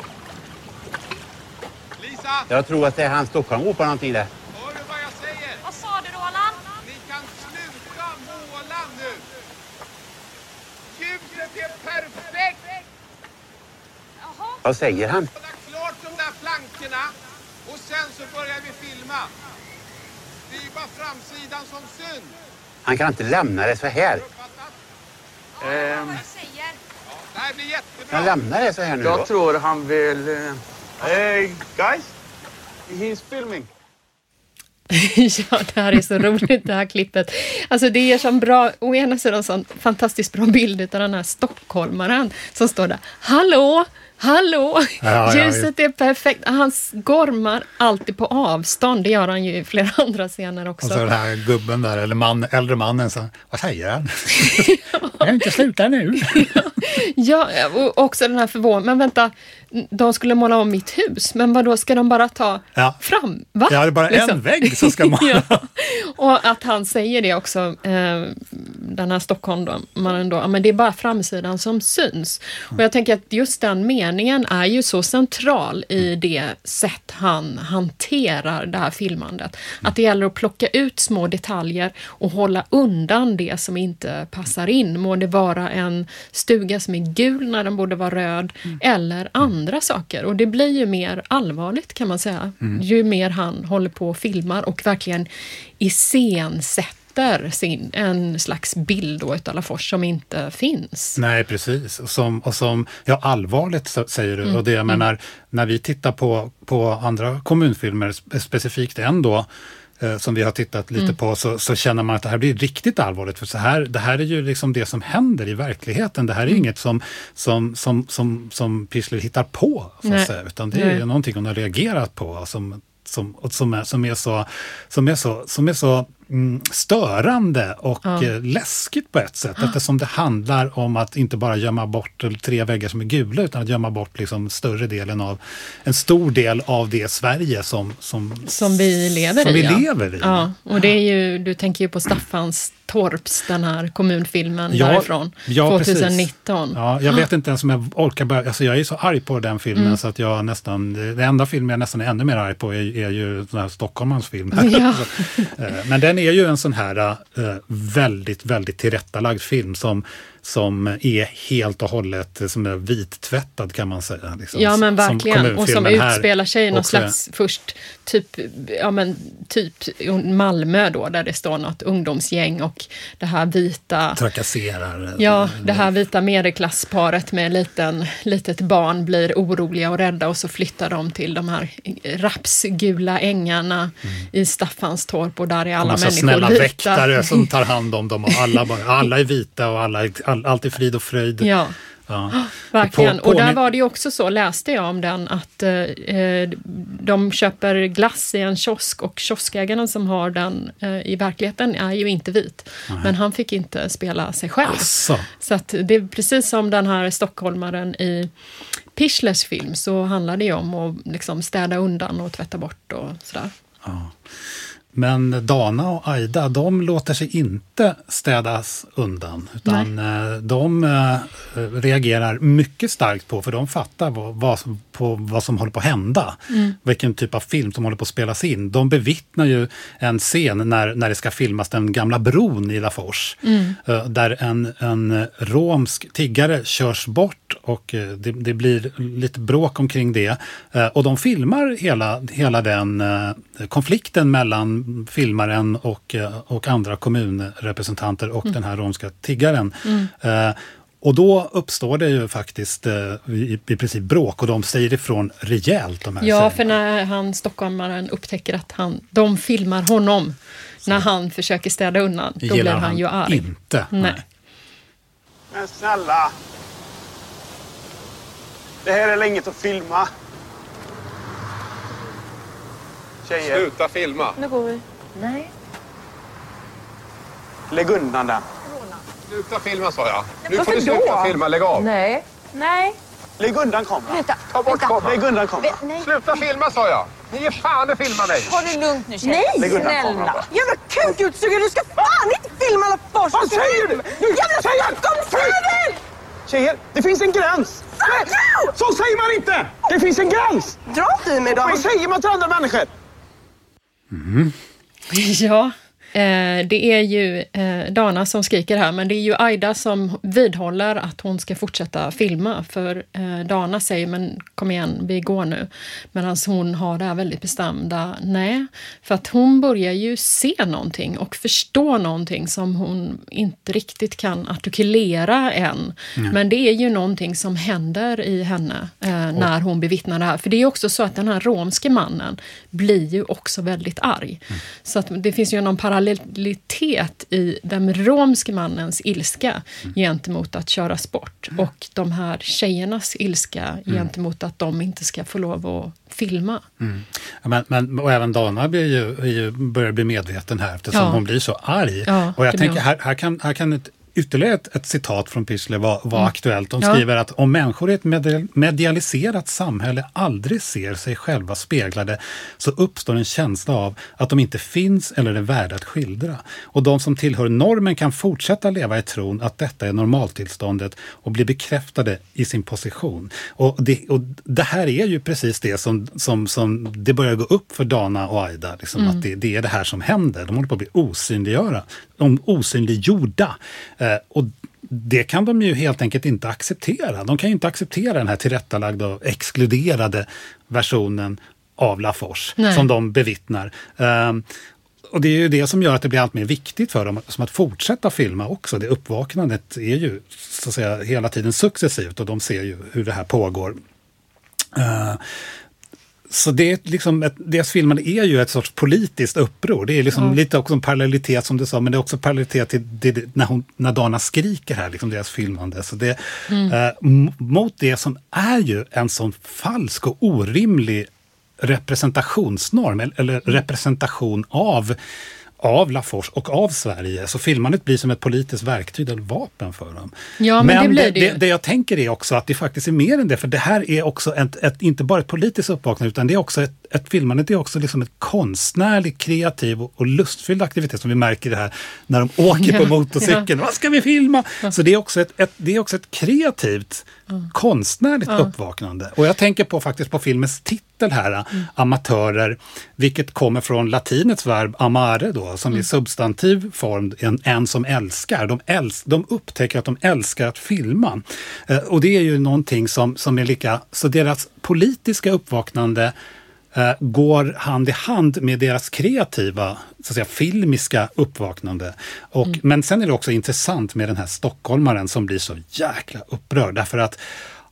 Lisa! Jag tror att det är han Stockholm ropar någonting där. Hör du vad jag säger? Vad sa du, Roland? Ni kan sluta måla nu! Ljuset är perfekt! Jaha. Vad säger han? Klart de där flankerna, och sen så börjar vi filma. Det är ju bara framsidan som syns. Han kan inte lämna det så här. Vad jag säger? Det här blir jättebra. Han lämnar det så här nu då. Jag tror han vill... Hey guys, he's filming. Ja, det här är så roligt, det här klippet. Alltså det är som bra, å ena sidan sån fantastiskt bra bild av den här stockholmaren som står där. Hallå! Ljuset är perfekt. Han gormar alltid på avstånd. Det gör han ju i flera andra scener också. Och så den här gubben där, eller äldre mannen, så, vad säger han? Jag kan inte sluta nu. Ja, och också den här förvåningen. Men vänta, de skulle måla om mitt hus. Men vad då ska de bara ta fram? Va? Ja, det är bara en vägg som ska måla. Ja. Och att han säger det också, den här stockholmaren då, men det är bara framsidan som syns. Och jag tänker att just den meningen är ju så central i det sätt han hanterar det här filmandet. Att det gäller att plocka ut små detaljer och hålla undan det som inte passar in. Må det vara en stuga som är gul när den borde vara röd, eller andra saker. Och det blir ju mer allvarligt, kan man säga. Ju mer han håller på och filmar och verkligen iscensätter en slags bild då utav Lafors som inte finns. Nej, precis. Och som allvarligt säger du. Och det jag menar, när vi tittar på andra kommunfilmer, specifikt ändå, som vi har tittat lite på, så känner man att det här blir riktigt allvarligt. För det här är ju liksom det som händer i verkligheten. Det här är inget som Pichler hittar på, så att säga, utan det är ju någonting hon har reagerat på, som är så störande och läskigt på ett sätt. Eftersom det handlar om att inte bara gömma bort 3 väggar som är gula, utan att gömma bort liksom en stor del av det Sverige som vi lever i. Ja, och det är ju, du tänker ju på Staffans Torps, den här kommunfilmen därifrån, 2019. Ja, jag vet inte ens om jag orkar börja. Alltså jag är så arg på den filmen så att jag det enda filmen jag nästan är ännu mer arg på är ju den här Stockholmans film. Ja. Men den är ju en sån här väldigt, väldigt tillrättalagd film som är helt och hållet som är vittvättad, kan man säga. Liksom, ja, men verkligen. Och som utspelar sig i någon också slags först typ Malmö då, där det står något ungdomsgäng och det här vita trakasserar. Ja, det här vita medelklassparet med litet barn blir oroliga och rädda, och så flyttar de till de här rapsgula ängarna i Staffanstorp, och där är alla människor snälla vita. Väktare som tar hand om dem, och alla är vita och allt är frid och fröjd. Ja. Verkligen. Och där var det ju också så, läste jag om den, att de köper glass i en kiosk, och kioskägaren som har den i verkligheten är ju inte vit. Men han fick inte spela sig själv. Så att det är precis som den här stockholmaren i Pichlers film, så handlar det ju om att liksom städa undan och tvätta bort och sådär. Ja. Men Dana och Aida, de låter sig inte städas undan, utan de reagerar mycket starkt på, för de fattar vad som håller på att hända. Vilken typ av film som håller på att spelas in. De bevittnar ju en scen när det ska filmas den gamla bron i Lafors, där en romsk tiggare körs bort, och det blir lite bråk omkring det. Och de filmar hela den konflikten mellan filmaren och andra kommunrepresentanter och den här romska tiggaren. Och då uppstår det ju faktiskt i princip bråk, och de säger ifrån rejält, de här Ja, för när han stockholmaren upptäcker att de filmar honom när han försöker städa undan, då blir han ju arg. Inte. Nej. Men snälla. Det här är inget att filma. Tjejer. Sluta filma. Nu går vi. Nej. Lägg undan den. Sluta filma, sa jag. Nu får du då? sluta filma. Lägg av. Nej. Nej. Lägg undan kameran. Vänta. Ta bort kameran. Lägg undan kameran. Nej. Sluta filma, sa jag. Ni är fan att filma mig. Ta det lugnt nu, tjej. Nej, snälla. Jävla kukutsugare. Du ska fan inte filma alla fors. Vad säger du? Jävla stockholmsfröden! Tjejer, det finns en gräns. Nej, så säger man inte. Det finns en gräns. Dra i mig då. Vad säger man till andra människor? Ja, det är ju Dana som skriker här, men det är ju Aida som vidhåller att hon ska fortsätta filma, för Dana säger, men kom igen, vi går nu. Medan hon har det här väldigt bestämda, nej, för att hon börjar ju se någonting och förstå någonting som hon inte riktigt kan artikulera än. Men det är ju någonting som händer i henne när hon bevittnar det här. För det är ju också så att den här romske mannen blir ju också väldigt arg. Så att det finns ju någon parallellitet i den romske mannens ilska gentemot att köras bort och de här tjejernas ilska gentemot att de inte ska få lov att filma. Men och även Dana börjar bli medveten här, eftersom hon blir så arg. Och jag tänker, här kan ytterligare ett citat från Pichler var aktuellt. De skriver att om människor i ett medialiserat samhälle aldrig ser sig själva speglade, så uppstår en känsla av att de inte finns eller är värda att skildra. Och de som tillhör normen kan fortsätta leva i tron att detta är normaltillståndet och bli bekräftade i sin position. Och det här är ju precis det som det börjar gå upp för Dana och Aida. Liksom, att det är det här som händer. De håller på att bli osynliggjorda. Och det kan de ju helt enkelt inte acceptera. De kan ju inte acceptera den här tillrättalagda och exkluderade versionen av Lafors som de bevittnar. Och det är ju det som gör att det blir allt mer viktigt för dem som att fortsätta filma också. Det uppvaknandet är ju så att säga hela tiden successivt, och de ser ju hur det här pågår. Så det är liksom deras filmande är ju ett sorts politiskt uppror. Det är liksom lite också en parallellitet som du sa, men det är också parallellitet till det, när Dana skriker här, liksom deras filmande. Så det, mot det som är ju en sån falsk och orimlig representationsnorm eller representation av Lafors och av Sverige, så filmandet blir som ett politiskt verktyg eller vapen för dem. Ja, men det blir det. Det jag tänker är också att det faktiskt är mer än det, för det här är också inte bara ett politiskt uppvaknande, utan det är också ett filmande, det är också liksom ett konstnärligt, kreativ och lustfylld aktivitet som vi märker det här när de åker på motorcykeln. Vad ska vi filma? Så det är också ett kreativt konstnärligt uppvaknande. Och jag tänker faktiskt på filmens titel här, amatörer, vilket kommer från latinets verb amare då, som är substantiv form, en som älskar. De upptäcker att de älskar att filma. Och det är ju någonting som är lika, så deras politiska uppvaknande går hand i hand med deras kreativa, så att säga, filmiska uppvaknande. Men sen är det också intressant med den här stockholmaren som blir så jäkla upprörd, därför att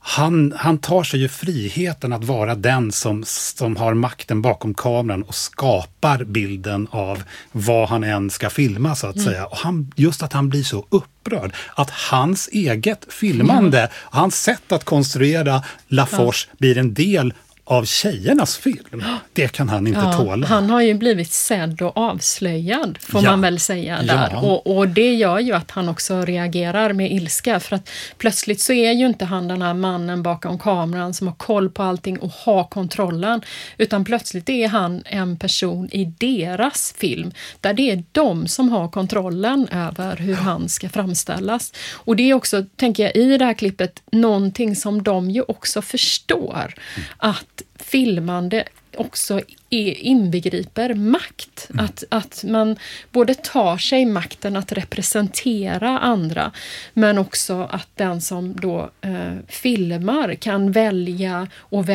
han tar sig ju friheten att vara den som har makten bakom kameran och skapar bilden av vad han än ska filma, så att säga. Och just att han blir så upprörd att hans eget filmande, hans sätt att konstruera Lafors blir en del av tjejernas film. Det kan han inte tåla. Han har ju blivit sedd och avslöjad, får man väl säga där. Och det gör ju att han också reagerar med ilska, för att plötsligt så är ju inte han den här mannen bakom kameran som har koll på allting och har kontrollen, utan plötsligt är han en person i deras film där det är de som har kontrollen över hur han ska framställas. Och det är också, tänker jag, i det här klippet någonting som de ju också förstår, att filmande också inbegriper makt. Att man både tar sig makten att representera andra, men också att den som då filmar kan välja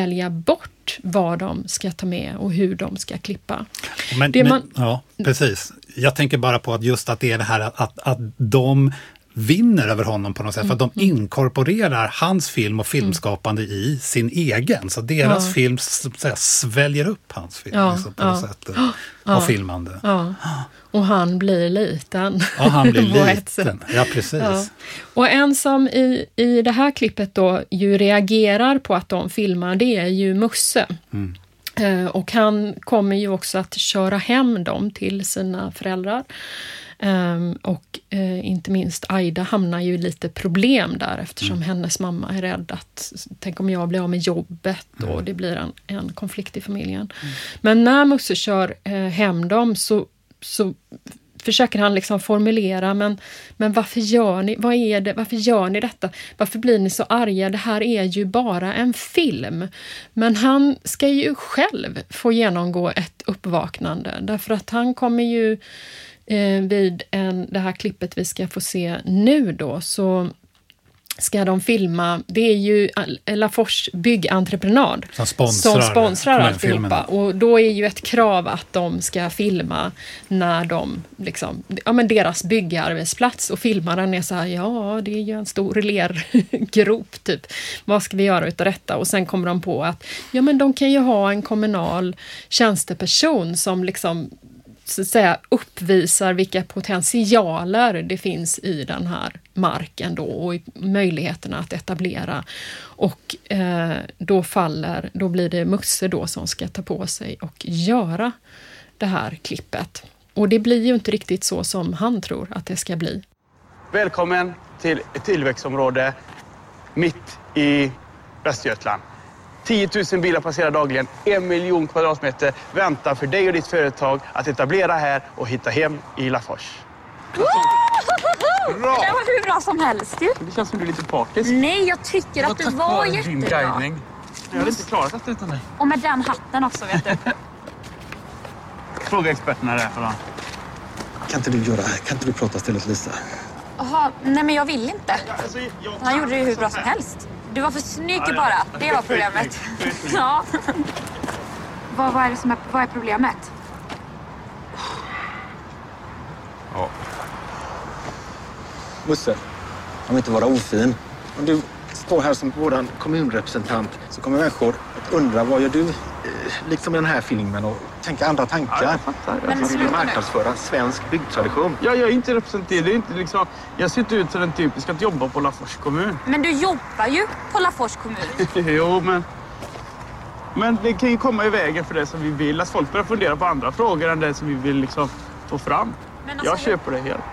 bort vad de ska ta med och hur de ska klippa. Ja, precis. Jag tänker bara på att just att det är det här att de vinner över honom på något sätt. För att de inkorporerar hans film och filmskapande i sin egen. Så deras film så att säga, sväljer upp hans film liksom, på något sätt. Och filmande. Ja. Och han blir liten. Ja, han blir liten. Ja, precis. Ja. Och en som i det här klippet då ju reagerar på att de filmar, det är ju Musse. Och han kommer ju också att köra hem dem till sina föräldrar. Och inte minst Aida hamnar ju lite problem där eftersom hennes mamma är rädd att tänk om jag blir av med jobbet och det blir en konflikt i familjen. Men när Musse kör hem dem så försöker han liksom formulera men varför gör ni, varför gör ni detta? Varför blir ni så arga? Det här är ju bara en film. Men han ska ju själv få genomgå ett uppvaknande därför att han kommer ju vid det här klippet vi ska få se nu då så ska de filma, det är ju Lafors byggentreprenad som sponsrar alltihopa. Och då är ju ett krav att de ska filma när de liksom, deras byggarbetsplats och filmaren är så här, det är ju en stor lergrop typ. Vad ska vi göra utav detta? Och sen kommer de på att de kan ju ha en kommunal tjänsteperson som liksom så att säga uppvisar vilka potentialer det finns i den här marken då och möjligheterna att etablera och då blir det Musse då som ska ta på sig och göra det här klippet. Och det blir ju inte riktigt så som han tror att det ska bli. Välkommen till ett tillväxtområde mitt i Västergötland. 10 000 bilar passerar dagligen, 1 miljon kvadratmeter väntar för dig och ditt företag att etablera här och hitta hem i Lafors. Bra! Det var hur bra som helst ju. Det känns som du är lite partisk. Nej, jag tycker att det var jättebra. Jag hade inte klarat detta utan dig. Och med den hatten också, vet du. Fråga experterna där för då. Kan inte du prata istället, Lisa? Jaha, nej men jag vill inte. Han gjorde det hur bra som helst. Du var för snygg bara. Det var problemet. Ja. Vad är problemet? Ja. Musse, om inte vara ofin. Om du står här som våran kommunrepresentant så kommer människor att undra vad gör du liksom i den här filmen och tänka andra tankar. Ja, jag fattar. Men vill marknadsföra svensk byggtradition. Ja, jag är inte representerad. Det är inte liksom, jag ser inte ut som den typiska att jobba på Lafors kommun. Men du jobbar ju på Lafors kommun. Jo, men det kan ju komma i vägen för det som vi vill. Att folk börjar fundera på andra frågor än det som vi vill liksom få fram. Jag köper det helt.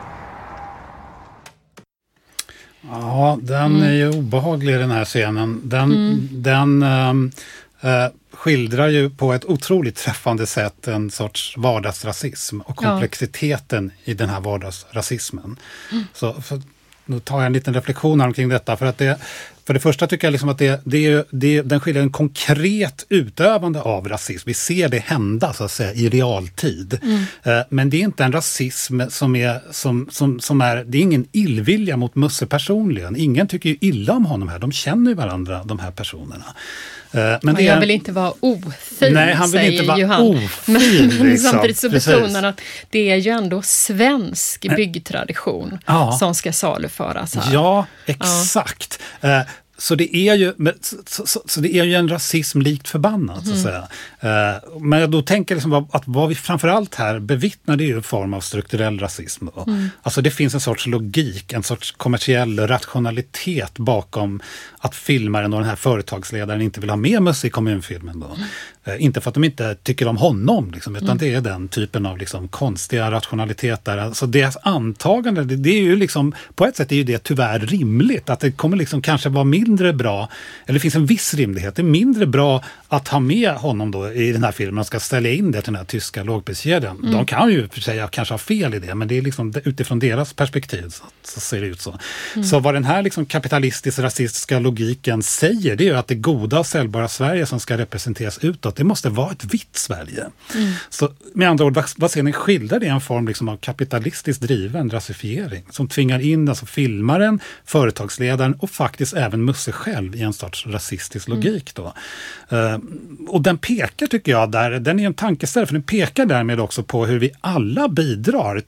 Ja, den är ju obehaglig den här scenen. Den skildrar ju på ett otroligt träffande sätt en sorts vardagsrasism och komplexiteten i den här vardagsrasismen. Så nu tar jag en liten reflektion omkring detta för det första tycker jag liksom att den skiljer en konkret utövande av rasism. Vi ser det hända så att säga i realtid. Men det är inte en rasism som är det är ingen illvilja mot Musse personligen. Ingen tycker ju illa om honom här. De känner ju varandra, de här personerna. Men det jag vill inte vara ofin, nej, han vill inte vara ofin. Men liksom. samtidigt så betonar att det är ju ändå svensk byggtradition som ska saluföras här. Ja, exakt. Så det är ju en rasism likt förbannat så att säga. Men jag då tänker liksom att vad vi framförallt här bevittnar, det är ju en form av strukturell rasism. Alltså det finns en sorts logik, en sorts kommersiell rationalitet bakom att filmaren och den här företagsledaren inte vill ha med Musse i kommunfilmen då. Inte för att de inte tycker om honom liksom, utan det är den typen av liksom konstiga rationaliteter. Alltså deras antagande, det är ju liksom, på ett sätt är ju det tyvärr rimligt att det kommer liksom kanske vara mindre bra, eller det finns en viss rimlighet, det är mindre bra att ha med honom då i den här filmen och ska ställa in det till den här tyska lågpriskedjan. De kan ju för sig kanske ha fel i det, men det är liksom utifrån deras perspektiv så ser det ut så. Så vad den här liksom kapitalistiskt rasistiska logiken säger, det är ju att det goda och säljbara Sverige som ska representeras utåt, det måste vara ett vitt Sverige. Så med andra ord, vad scenen skildrar, det är en form liksom av kapitalistiskt driven rasifiering som tvingar in alltså filmaren, företagsledaren och faktiskt även Musse själv i en sorts rasistisk logik då. Och den pekar, tycker jag, den är en tankeställare, för den pekar därmed också på hur vi alla bidrar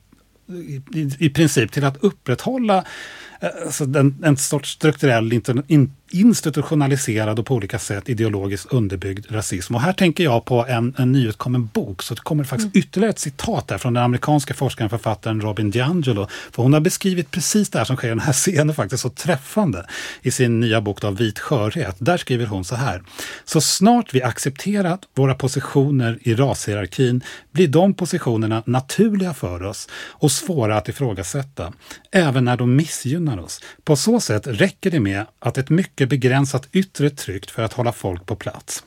i princip till att upprätthålla alltså en sorts strukturell, institutionaliserad och på olika sätt ideologiskt underbyggd rasism. Och här tänker jag på en nyutkommen bok, så det kommer faktiskt ytterligare ett citat där från den amerikanska forskaren och författaren Robin DiAngelo. För hon har beskrivit precis det här som sker i den här scenen faktiskt så träffande i sin nya bok av Vit skörhet. Där skriver hon så här: så snart vi accepterat våra positioner i rashierarkin blir de positionerna naturliga för oss och svåra att ifrågasätta, även när de missgynnar oss. På så sätt räcker det med att ett mycket begränsat yttre tryck för att hålla folk på plats.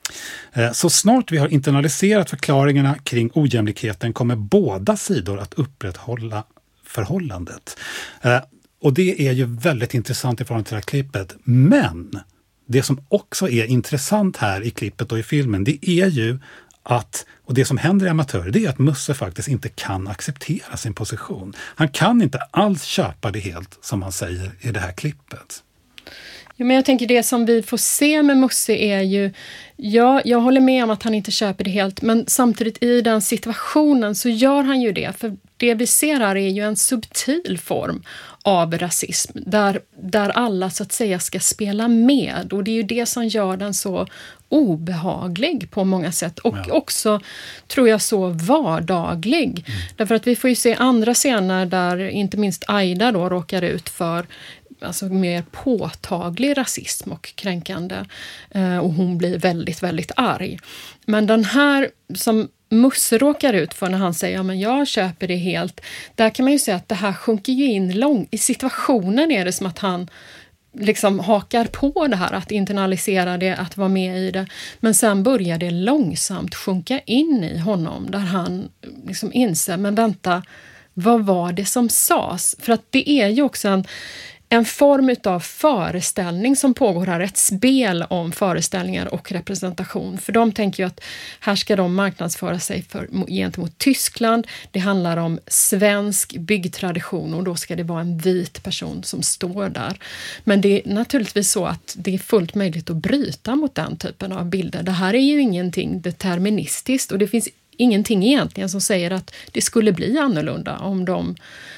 Så snart vi har internaliserat förklaringarna kring ojämlikheten kommer båda sidor att upprätthålla förhållandet. Och det är ju väldigt intressant i förhållande till det här klippet. Men det som också är intressant här i klippet och i filmen, det är ju att, och det som händer i Amatörer, det är att Musse faktiskt inte kan acceptera sin position. Han kan inte alls köpa det helt som han säger i det här klippet. Ja, men jag tänker det som vi får se med Musse är ju, ja, jag håller med om att han inte köper det helt, men samtidigt i den situationen så gör han ju det. För det vi ser här är ju en subtil form av rasism där alla så att säga ska spela med, och det är ju det som gör den så obehaglig på många sätt och också, tror jag, så vardaglig. Därför att vi får ju se andra scener där inte minst Aida då råkar ut för alltså mer påtaglig rasism och kränkande, och hon blir väldigt, väldigt arg. Men den här som Musse råkar ut för när han säger ja, men jag köper det helt, där kan man ju säga att det här sjunker ju in i situationen är det som att han liksom hakar på det här, att internalisera det, att vara med i det. Men sen börjar det långsamt sjunka in i honom där han liksom inser, men vänta, vad var det som sades? För att det är ju också en form av föreställning som pågår här, ett spel om föreställningar och representation. För de tänker ju att här ska de marknadsföra sig gentemot Tyskland. Det handlar om svensk byggtradition och då ska det vara en vit person som står där. Men det är naturligtvis så att det är fullt möjligt att bryta mot den typen av bilder. Det här är ju ingenting deterministiskt och det finns ingenting egentligen som säger att det skulle bli annorlunda om de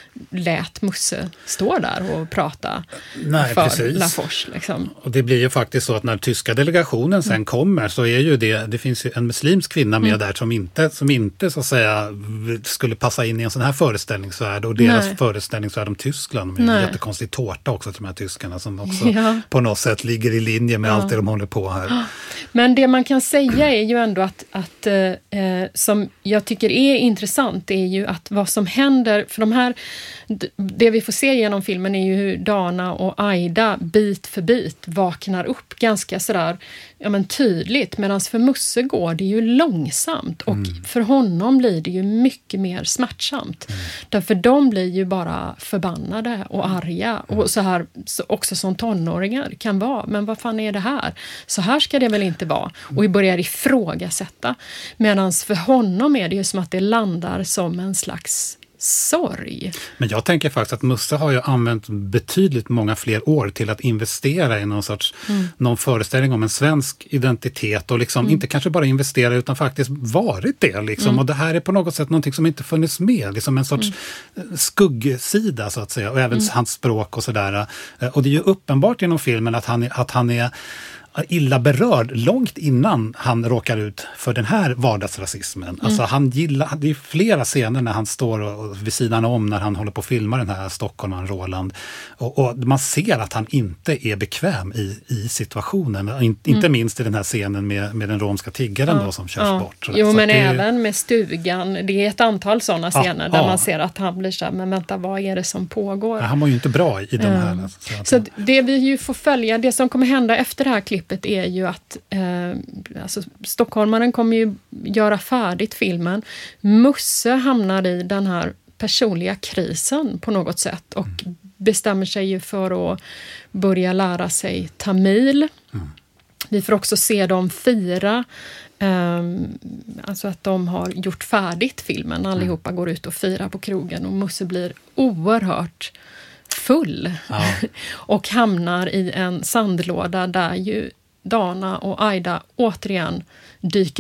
lät Musse stå där och prata för Lafors. Liksom. Och det blir ju faktiskt så att när tyska delegationen sen kommer så är ju det finns ju en muslimsk kvinna med där som inte så att säga skulle passa in i en sån här föreställningsvärld, och deras föreställningsvärld om Tyskland med en jättekonstig tårta också till de här tyskarna som också på något sätt ligger i linje med allt det de håller på här. Men det man kan säga är ju ändå att som jag tycker är intressant är ju att vad som händer, för de här, det vi får se genom filmen är ju hur Dana och Aida bit för bit vaknar upp ganska sådär tydligt, medan för Musse går det ju långsamt och för honom blir det ju mycket mer smärtsamt. Därför de blir ju bara förbannade och arga och så här också som tonåringar kan vara. Men vad fan är det här? Så här ska det väl inte vara? Och vi börjar ifrågasätta. Medan för honom är det ju som att det landar som en slags sorg. Men jag tänker faktiskt att Musse har ju använt betydligt många fler år till att investera i någon föreställning om en svensk identitet och liksom inte kanske bara investera utan faktiskt varit det liksom. Och det här är på något sätt någonting som inte funnits med, liksom en sorts skuggsida så att säga, och även hans språk och sådär. Och det är ju uppenbart genom filmen att han är illa berörd långt innan han råkar ut för den här vardagsrasismen. Alltså det är flera scener när han står och vid sidan om när han håller på att filma den här stockholmaren Roland. Och man ser att han inte är bekväm i situationen. Inte minst i den här scenen med den romska tiggaren då som körs bort. Jo, men även med stugan. Det är ett antal sådana scener där man ser att han blir så här, men vänta, vad är det som pågår? Ja, han var ju inte bra i de här. Så det vi ju får följa, det som kommer hända efter det här klippet är ju att stockholmaren kommer ju göra färdigt filmen. Musse hamnar i den här personliga krisen på något sätt och bestämmer sig ju för att börja lära sig tamil. Vi får också se dem fira, alltså att de har gjort färdigt filmen. Allihopa går ut och firar på krogen och Musse blir oerhört full och hamnar i en sandlåda där ju Dana och Aida återigen dyker upp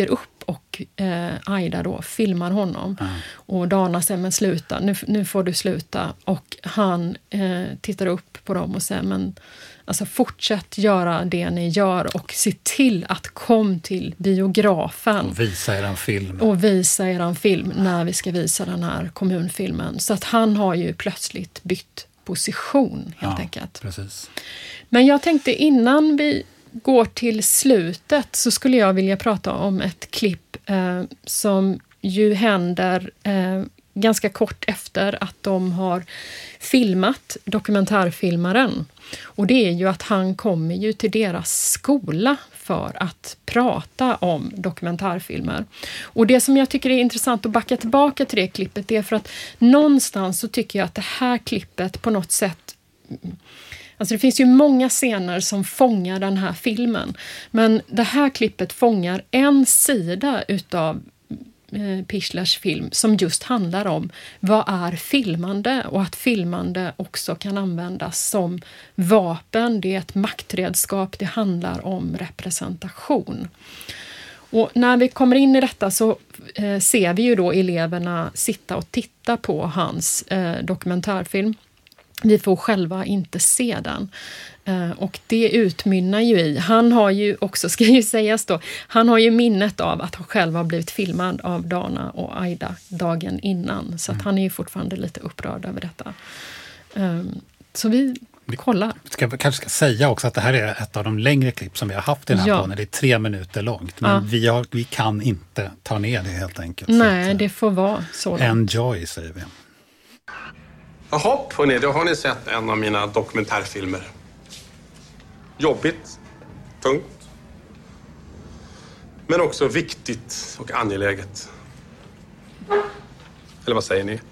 och Aida då filmar honom. Och Dana säger, men sluta, nu får du sluta. Och han tittar upp på dem och säger, men alltså fortsätt göra det ni gör och se till att kom till biografen. Och visa eran film. Och visa eran film när vi ska visa den här kommunfilmen. Så att han har ju plötsligt bytt position helt enkelt. Precis. Men jag tänkte innan vi går till slutet så skulle jag vilja prata om ett klipp som ju händer ganska kort efter att de har filmat dokumentärfilmaren. Och det är ju att han kommer ju till deras skola för att prata om dokumentärfilmer. Och det som jag tycker är intressant att backa tillbaka till det klippet, det är för att någonstans så tycker jag att det här klippet på något sätt... Alltså det finns ju många scener som fångar den här filmen. Men det här klippet fångar en sida utav Pichlers film som just handlar om vad är filmande och att filmande också kan användas som vapen. Det är ett maktredskap, det handlar om representation. Och när vi kommer in i detta så ser vi ju då eleverna sitta och titta på hans dokumentärfilm. Vi får själva inte se den. Och det utmynnar ju i, han har ju också, ska ju sägas då, han har ju minnet av att han själv har blivit filmad av Dana och Aida dagen innan. Så att han är ju fortfarande lite upprörd över detta. Så vi kollar. Kanske ska säga också att det här är ett av de längre klipp som vi har haft i den här planen. Det är 3 minuter långt. Men vi kan inte ta ner det helt enkelt. Nej, det får vara så. Enjoy, säger vi. Jaha, hörni, då har ni sett en av mina dokumentärfilmer. Jobbigt, tungt, men också viktigt och angeläget. Eller vad säger ni?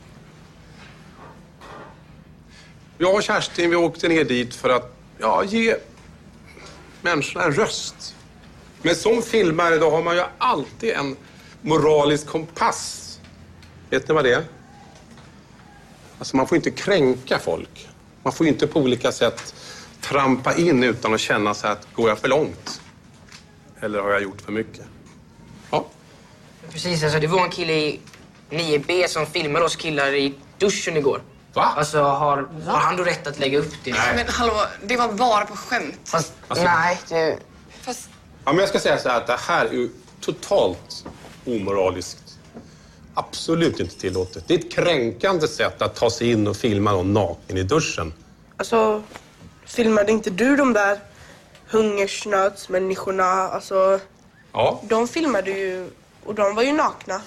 Jag och Kerstin, vi åkte ner dit för att ge människorna en röst. Men som filmare då har man ju alltid en moralisk kompass. Vet ni vad det är? Alltså man får inte kränka folk. Man får inte på olika sätt trampa in utan att känna sig att går jag för långt? Eller har jag gjort för mycket? Ja. Precis, alltså det var en kille i 9B som filmade oss killar i duschen igår. Va? Alltså har han då rätt att lägga upp det? Nej. Men hallå, det var bara på skämt. Fast, alltså, nej, det... Fast... Ja, men jag ska säga så här att det här är ju totalt omoraliskt. Absolut inte tillåtet. Det är ett kränkande sätt att ta sig in och filma någon naken i duschen. Alltså, filmade inte du de där hungersnödsmänniskorna? Alltså, de filmade ju och de var ju nakna.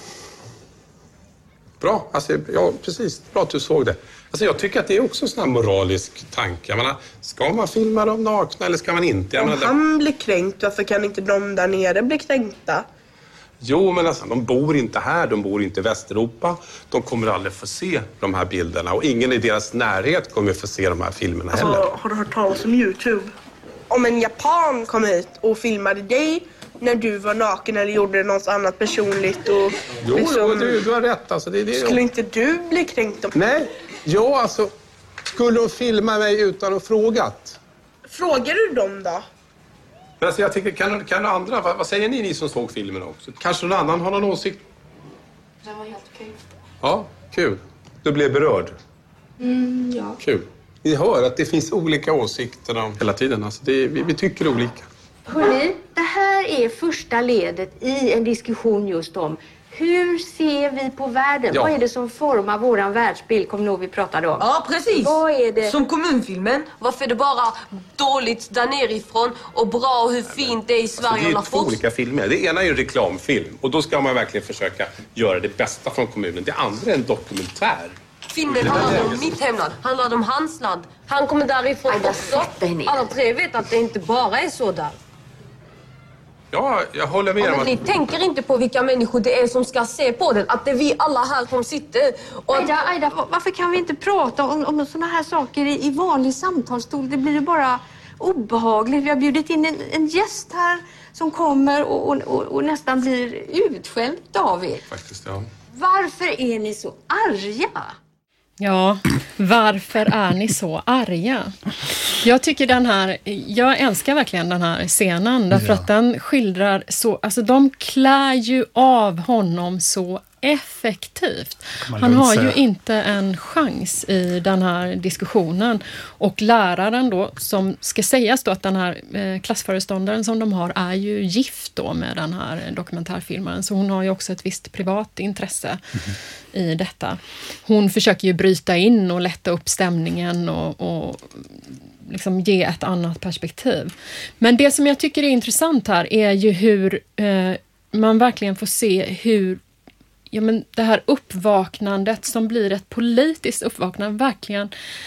Bra, alltså, ja precis. Bra att du såg det. Alltså, jag tycker att det är också en sån här moralisk tanke. Jag menar, ska man filma dem nakna eller ska man inte? Om han blir kränkt, varför kan inte de där nere bli kränkta? Jo, men alltså, de bor inte här, de bor inte i Västeuropa. De kommer aldrig få se de här bilderna och ingen i deras närhet kommer få se de här filmerna heller. Alltså, har du hört talas om YouTube? Om en japan kom hit och filmade dig när du var naken eller gjorde något annat personligt och... Jo, liksom, du har rätt. Alltså, det, skulle inte du bli kränkt om... Nej, alltså, skulle de filma mig utan att frågat? Frågar du dem då? Men alltså, jag tänker, kan andra, vad säger ni som såg filmen också? Kanske någon annan har någon åsikt? Det var helt kul. Ja, kul. Du blev berörd? Ja. Kul. Vi hör att det finns olika åsikter om hela tiden. Alltså, vi tycker olika. Hörrni, det här är första ledet i en diskussion just om hur ser vi på världen? Ja. Vad är det som formar våran världsbild? Kommer nog vi pratade om. Ja, precis. Vad är det? Som kommunfilmen. Varför är det bara dåligt där nerifrån och bra och hur fint det är i Sverige Alltså, det är och två olika filmer. Det ena är en reklamfilm och då ska man verkligen försöka göra det bästa från kommunen. Det andra är en dokumentär. Filmen handlar om mitt hemland, handlar om hans land. Han kommer därifrån också. Alla tre vet att det inte bara är så där. Ja, jag håller med om Ni tänker inte på vilka människor det är som ska se på den. Att det är vi alla här som sitter. Och Aida, varför kan vi inte prata om såna här saker i vanlig samtalsstol? Det blir ju bara obehagligt. Vi har bjudit in en gäst här som kommer och nästan blir utskälld av er. Faktiskt, ja. Varför är ni så arga? Ja, varför är ni så arga? Jag älskar verkligen den här scenen därför att den skildrar så, alltså de klär ju av honom så effektivt. Han har ju inte en chans i den här diskussionen, och läraren då, som ska sägas då att den här klassföreståndaren som de har är ju gift då med den här dokumentärfilmaren, så hon har ju också ett visst privat intresse i detta. Hon försöker ju bryta in och lätta upp stämningen och liksom ge ett annat perspektiv. Men det som jag tycker är intressant här är ju hur man verkligen får se hur det här uppvaknandet som blir ett politiskt uppvaknande verkligen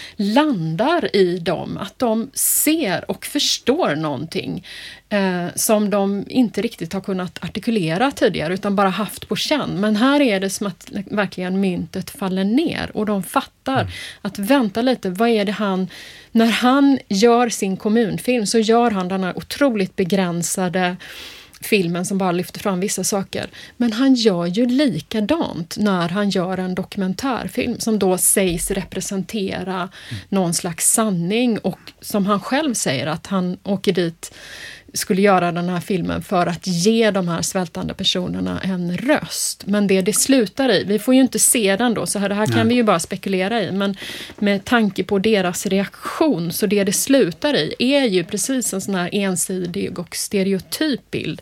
landar i dem. Att de ser och förstår någonting som de inte riktigt har kunnat artikulera tidigare utan bara haft på känn. Men här är det som att verkligen myntet faller ner och de fattar att vänta lite, vad är det när han gör sin kommunfilm så gör han den här otroligt begränsade filmen som bara lyfter fram vissa saker. Men han gör ju likadant när han gör en dokumentärfilm som då sägs representera någon slags sanning, och som han själv säger att han åker dit, skulle göra den här filmen för att ge de här svältande personerna en röst. Men det slutar i, vi får ju inte se den då, så det här kan vi ju bara spekulera i, men med tanke på deras reaktion, så det slutar i är ju precis en sån här ensidig och stereotyp bild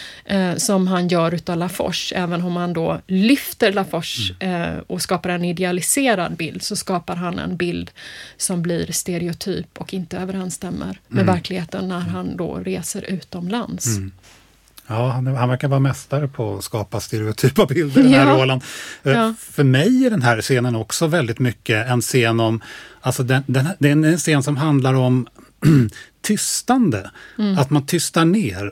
som han gör utav Lafors. Även om han då lyfter Lafors och skapar en idealiserad bild, så skapar han en bild som blir stereotyp och inte överensstämmer med verkligheten när han då reser utomlands. Ja, han verkar vara mästare på att skapa stereotypa bilder, den här Roland. För mig är den här scenen också väldigt mycket en scen om, alltså det är en scen som handlar om tystande. Att man tystar ner.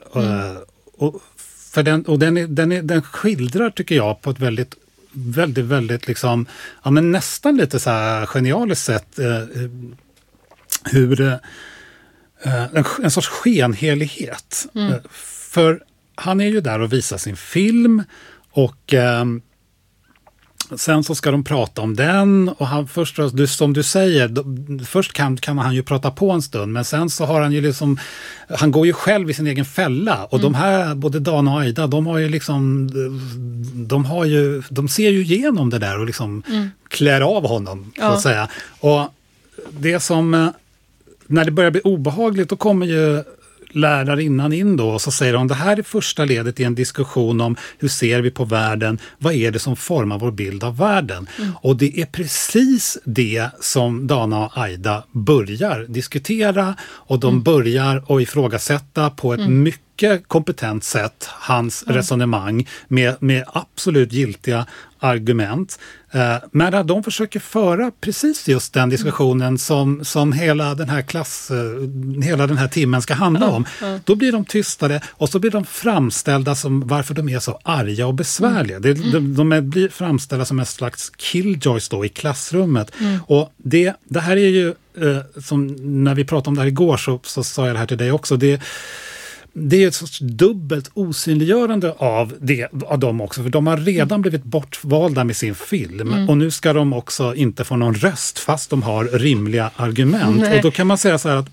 Den skildrar, tycker jag, på ett väldigt liksom, men nästan lite så här genialiskt sätt hur en sorts skenhelighet. För han är ju där och visar sin film, och sen så ska de prata om den, och han först, som du säger, först kan han ju prata på en stund, men sen så har han ju liksom, han går ju själv i sin egen fälla, och de här, både Dana och Aida, de har ju liksom, de ser ju igenom det där och liksom klär av honom, så att säga. Och det som, när det börjar bli obehagligt, då kommer ju lärarinnan in då, och så säger hon, det här är första ledet i en diskussion om hur ser vi på världen, vad är det som formar vår bild av världen. Och det är precis det som Dana och Aida börjar diskutera, och de börjar att ifrågasätta på ett mycket kompetent sätt hans resonemang med absolut giltiga argument. Men de försöker föra precis just den diskussionen som hela den här timmen ska handla om. Då blir de tystade, och så blir de framställda som varför de är så arga och besvärliga. De blir framställda som en slags killjoys då i klassrummet. Och det här är ju, som när vi pratade om det här igår, så sa jag det här till dig också, det är ett sorts dubbelt osynliggörande av dem också, för de har redan blivit bortvalda med sin film, och nu ska de också inte få någon röst fast de har rimliga argument. Och då kan man säga så här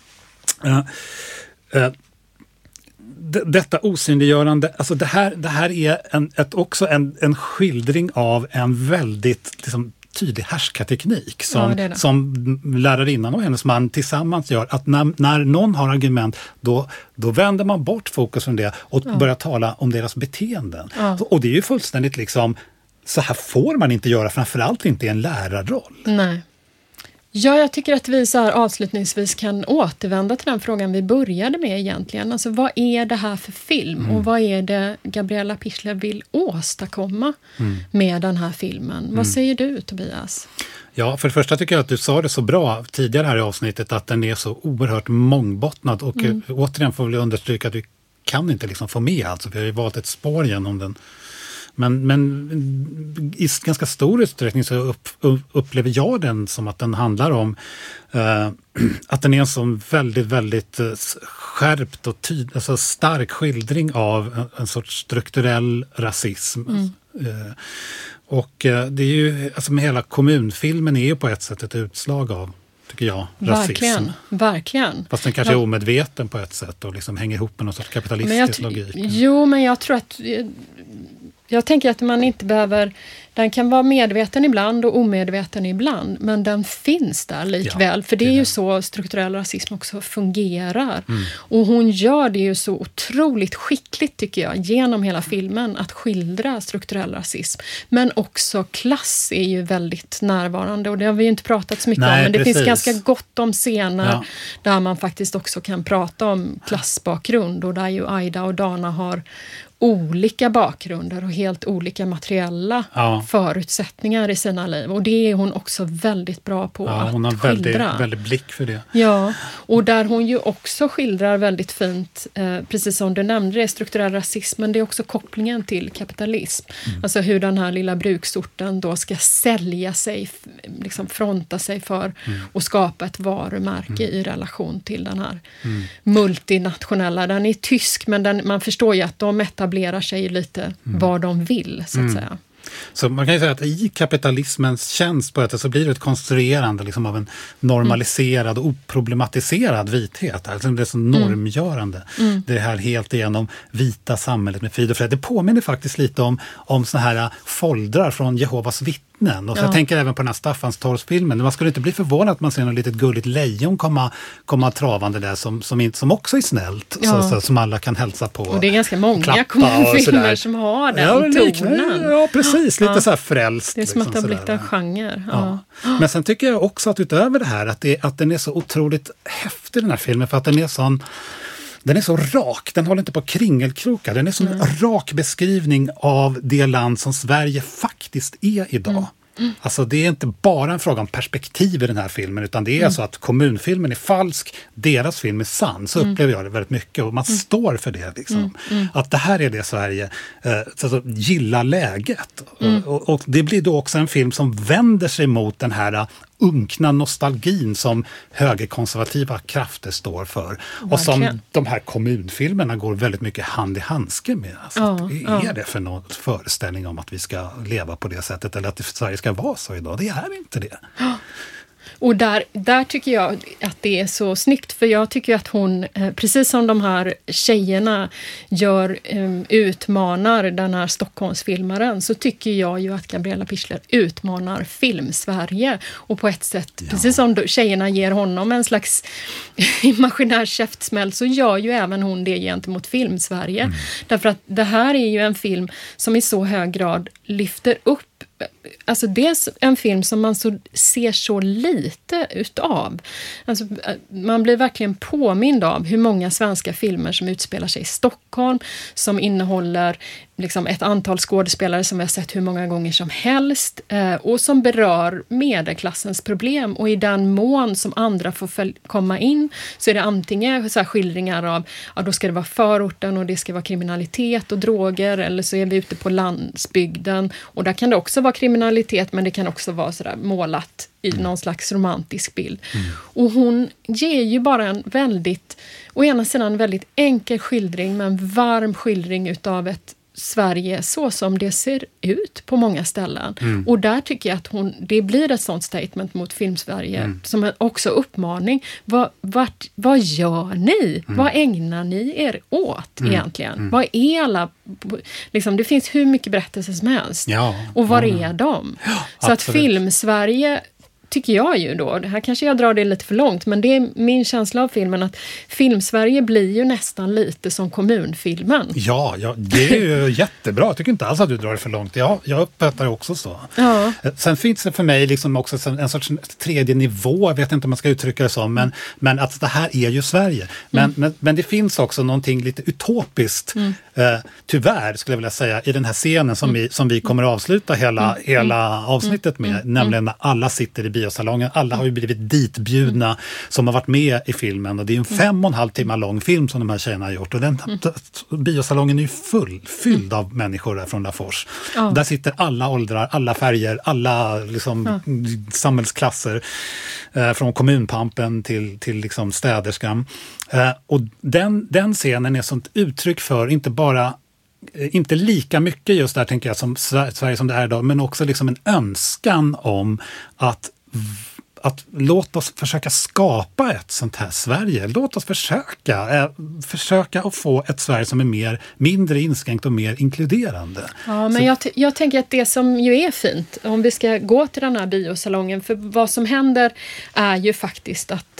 att detta osynliggörande, alltså det här är också en skildring av en väldigt liksom tydlig härskarteknik som lärarinnan och hennes man tillsammans gör, att när någon har argument, då vänder man bort fokus från det och börjar tala om deras beteenden. Och det är ju fullständigt liksom, så här får man inte göra, framförallt inte i en lärarroll. Nej. Ja, jag tycker att vi så här avslutningsvis kan återvända till den frågan vi började med egentligen. Alltså, vad är det här för film? Och vad är det Gabriella Pichler vill åstadkomma med den här filmen? Vad säger du, Tobias? Ja, för det första tycker jag att du sa det så bra tidigare här i avsnittet, att den är så oerhört mångbottnad, och återigen får vi understryka att vi kan inte liksom få med allt, så vi har ju valt ett spår genom den. Men i ganska stor utsträckning så upplever jag den som att den handlar om att den är en sån väldigt, väldigt skärpt och alltså stark skildring av en sorts strukturell rasism Och det är ju, alltså med hela kommunfilmen är ju på ett sätt ett utslag av, tycker jag, rasism. Verkligen. Fast den kanske är omedveten på ett sätt och liksom hänger ihop med någon sorts kapitalistisk logik. Jo, men jag tror att jag tänker att man inte behöver, den kan vara medveten ibland och omedveten ibland, men den finns där likväl, för det är ju så strukturell rasism också fungerar. Och hon gör det ju så otroligt skickligt, tycker jag, genom hela filmen, att skildra strukturell rasism. Men också klass är ju väldigt närvarande, och det har vi ju inte pratat så mycket om, men det finns ganska gott om scener där man faktiskt också kan prata om klassbakgrund, och där ju Aida och Dana har olika bakgrunder och helt olika materiella förutsättningar i sina liv. Och det är hon också väldigt bra på att hon har skildra. väldigt blick för det. Ja, och där hon ju också skildrar väldigt fint, precis som du nämnde, det strukturell rasism, men det är också kopplingen till kapitalism. Alltså hur den här lilla bruksorten då ska sälja sig, liksom fronta sig för och skapa ett varumärke i relation till den här multinationella. Den är tysk, men man förstår ju att de etablerar sig lite vad de vill, så att säga. Så man kan ju säga att i kapitalismens tjänst på ett så blir det ett konstruerande liksom av en normaliserad och oproblematiserad vithet. Alltså det är så normgörande. Det här helt igenom vita samhället med frid och fred. Det påminner faktiskt lite om såna här foldrar från Jehovas vittnen. Och så jag tänker även på den här Staffanstorps-filmen. Man skulle inte bli förvånad att man ser något litet gulligt lejon komma travande där som också är snällt. Så, som alla kan hälsa på. Och det är ganska många filmer som har den tonen. Ja, precis. Lite så här frälst. Det är som att det har blivit en genre. Ja. Men sen tycker jag också att utöver det här att den är så otroligt häftig, den här filmen, för att den är sån... Den är så rak, den håller inte på kringelkrokar. Den är så en rak beskrivning av det land som Sverige faktiskt är idag. Alltså det är inte bara en fråga om perspektiv i den här filmen, utan det är så att kommunfilmen är falsk, deras film är sann. Så upplever jag det väldigt mycket, och man står för det liksom. Att det här är det Sverige alltså, gillar läget. Och det blir då också en film som vänder sig mot den här unkna nostalgin som högerkonservativa krafter står för. Och som de här kommunfilmerna går väldigt mycket hand i handske med. Alltså, vad är det för någon föreställning om att vi ska leva på det sättet, eller att Sverige ska vara så idag? Det är inte det. Och där tycker jag att det är så snyggt, för jag tycker att hon, precis som de här tjejerna utmanar den här Stockholmsfilmaren, så tycker jag ju att Gabriella Pichler utmanar film-Sverige. Och på ett sätt, precis som tjejerna ger honom en slags imaginär käftsmäll, så gör ju även hon det gentemot film-Sverige. Därför att det här är ju en film som i så hög grad lyfter upp, alltså dels en film som man ser så lite utav. Alltså, man blir verkligen påmind av hur många svenska filmer som utspelar sig i Stockholm, som innehåller liksom ett antal skådespelare som vi har sett hur många gånger som helst, och som berör medelklassens problem, och i den mån som andra får komma in så är det antingen så här skildringar av, då ska det vara förorten och det ska vara kriminalitet och droger, eller så är vi ute på landsbygden och där kan det också vara kriminalitet, men det kan också vara så där målat i någon slags romantisk bild. Och hon ger ju bara en väldigt, å ena sidan en väldigt enkel skildring, men en varm skildring utav ett Sverige så som det ser ut på många ställen. Och där tycker jag att det blir ett sånt statement mot Filmsverige som en också uppmaning. Vad gör ni? Vad ägnar ni er åt egentligen? Vad är alla... Liksom, det finns hur mycket berättelser som helst. Och var är de? Så att Filmsverige, tycker jag ju då, det här kanske jag drar det lite för långt, men det är min känsla av filmen, att Filmsverige blir ju nästan lite som kommunfilmen. Ja, det är ju jättebra. Jag tycker inte alls att du drar det för långt. Jag uppfattar det också så. Ja. Sen finns det för mig liksom också en sorts tredje nivå, jag vet inte om man ska uttrycka det som, men att det här är ju Sverige. Men det finns också någonting lite utopiskt, tyvärr skulle jag vilja säga, i den här scenen som vi kommer att avsluta hela avsnittet med, nämligen när alla sitter i biosalongen. Alla har ju blivit ditbjudna som har varit med i filmen, och det är en 5,5 timmar lång film som de här tjejerna har gjort, och den biosalongen är ju fylld av människor där från Lafors. Där sitter alla åldrar, alla färger, alla liksom samhällsklasser, från kommunpampen till liksom städerskan. Och den scenen är sånt uttryck för inte bara inte lika mycket just där tänker jag som Sverige som det är idag, men också liksom en önskan om att låt oss försöka skapa ett sånt här Sverige. Låt oss försöka att få ett Sverige som är mindre inskränkt och mer inkluderande. Ja, men jag tänker att det som ju är fint, om vi ska gå till den här biosalongen, för vad som händer är ju faktiskt att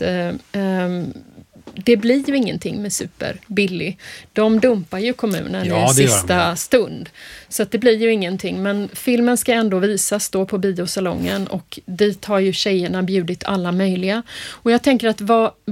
det blir ju ingenting med Superbilly. De dumpar ju kommunen i en sista stund. Så att det blir ju ingenting. Men filmen ska ändå visas då på biosalongen och dit har ju tjejerna bjudit alla möjliga. Och jag tänker att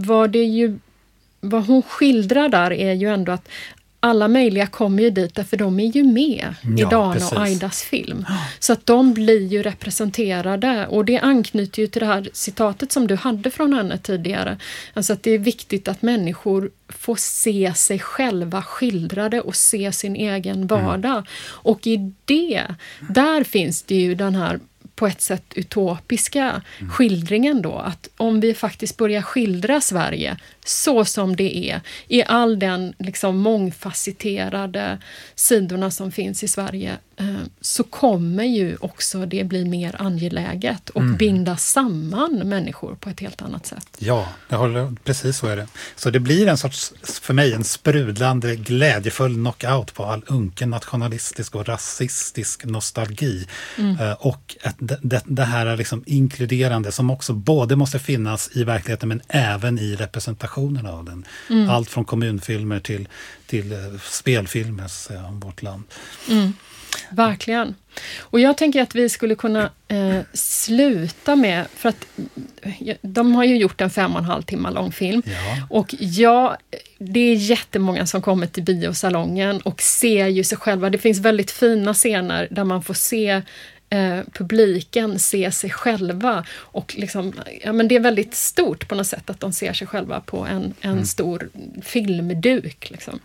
vad hon skildrar där är ju ändå att alla möjliga kommer ju dit därför de är ju med i Dana och Aidas film. Så att de blir ju representerade och det anknyter ju till det här citatet som du hade från henne tidigare. Alltså att det är viktigt att människor får se sig själva skildrade och se sin egen vardag. Och i där finns det ju den här på ett sätt utopiska skildringen då, att om vi faktiskt börjar skildra Sverige så som det är, i all den liksom mångfacetterade sidorna som finns i Sverige, så kommer ju också det bli mer angeläget och binda samman människor på ett helt annat sätt. Ja, precis så är det. Så det blir en sorts, för mig, en sprudlande, glädjefull knockout på all unken nationalistisk och rasistisk nostalgi. Och det här är liksom inkluderande som också både måste finnas i verkligheten men även i representationen av den. Allt från kommunfilmer till spelfilmer om vårt land. Verkligen. Och jag tänker att vi skulle kunna sluta med, för att de har ju gjort en 5,5 timmar lång film. Och det är jättemånga som kommer till biosalongen och ser ju sig själva. Det finns väldigt fina scener där man får se publiken se sig själva och liksom, men det är väldigt stort på något sätt att de ser sig själva på en stor filmduk liksom.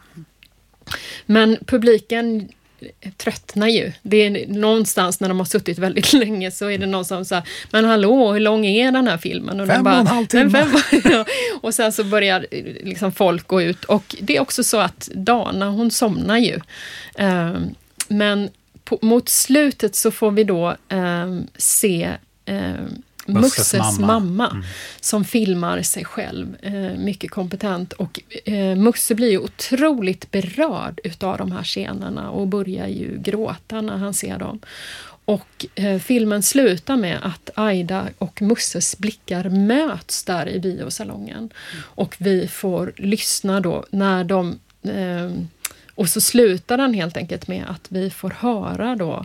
Men publiken tröttnar ju. Det är någonstans när de har suttit väldigt länge så är det någon som säger, men hallå, hur lång är den här filmen? Och 5,5 timmar. Och sen så börjar liksom folk gå ut. Och det är också så att Dana, hon somnar ju. Men mot slutet så får vi då se Musses mamma som filmar sig själv mycket kompetent, och Musse blir ju otroligt berörd utav de här scenerna och börjar ju gråta när han ser dem. Och filmen slutar med att Aida och Musses blickar möts där i biosalongen och vi får lyssna då när de och så slutar den helt enkelt med att vi får höra då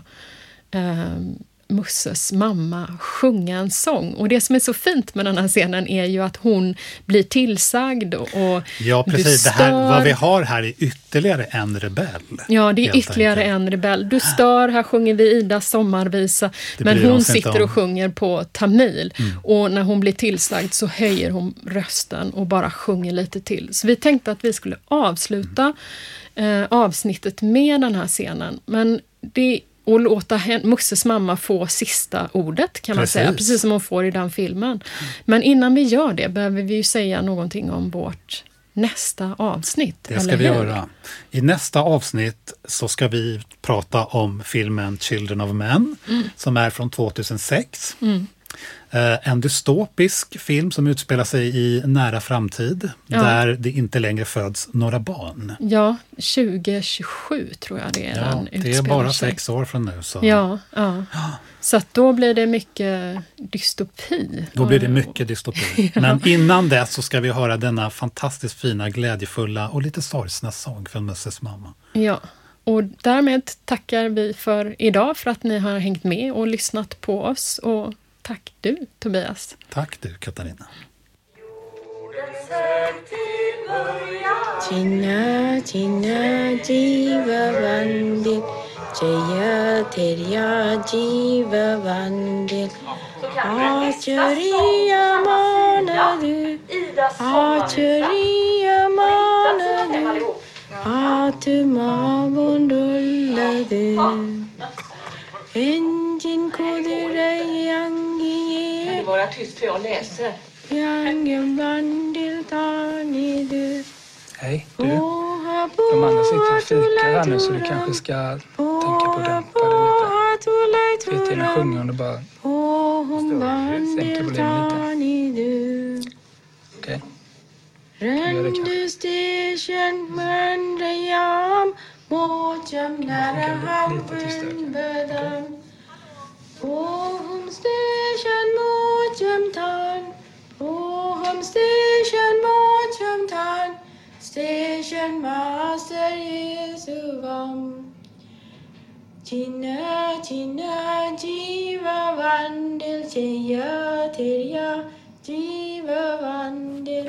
Musses mamma sjunga en sång. Och det som är så fint med den här scenen är ju att hon blir tillsagd och ja, precis. Det här, vad vi har här är ytterligare en rebell. Ja, det är ytterligare en rebell. Du stör, här sjunger vi Idas sommarvisa. Men hon sitter och sjunger på tamil. Och när hon blir tillsagd så höjer hon rösten och bara sjunger lite till. Så vi tänkte att vi skulle avsluta avsnittet med den här scenen. Men och låta Musses mamma få sista ordet kan man säga, precis som hon får i den filmen. Men innan vi gör det behöver vi ju säga någonting om vårt nästa avsnitt. Det ska vi göra. I nästa avsnitt så ska vi prata om filmen Children of Men som är från 2006. En dystopisk film som utspelar sig i nära framtid där det inte längre föds några barn. Ja, 2027 tror jag det är den utspelar sig. Det är bara 6 år från nu. Så. Ja. Så att då blir det mycket dystopi. Då blir det mycket dystopi. Men innan det så ska vi höra denna fantastiskt fina, glädjefulla och lite sorgsna sång från Musses mamma. Ja. Och därmed tackar vi för idag för att ni har hängt med och lyssnat på oss. Och tack du, Tobias. Tack du, Katarina. Jina jina jiva vandil jaya terya jiva vandil acharya manadu atma bundulladu enjin kudirai angiye. Du vara tyst för jag läser. Yangen vandil tanidu. Hej, du. De andra sitter och fikar här nu så du kanske ska tänka på att dämpa det lite. Petina sjunger om det bara sänker volymen lite. Okej. Randu station Mandrayam Mojam Naraham Badam Home station Mojam Tan Home station Mojam Tan Station Master Yesuvam China China Jiva Vandil Cheya Terya Jiva Vandil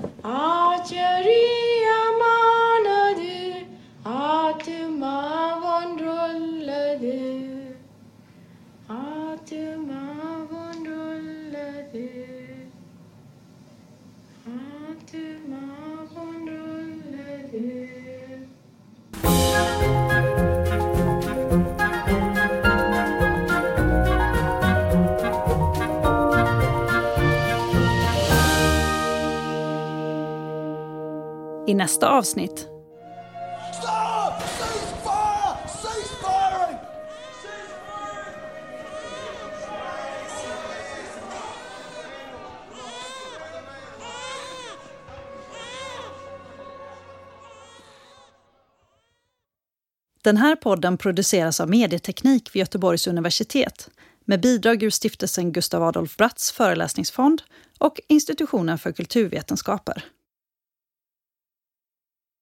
Acharya manadu Atma vandrulladu Atma vandrulladu Atma vandrulladu. I nästa avsnitt. Den här podden produceras av Medieteknik vid Göteborgs universitet med bidrag ur stiftelsen Gustav Adolf Bratts föreläsningsfond och Institutionen för kulturvetenskaper.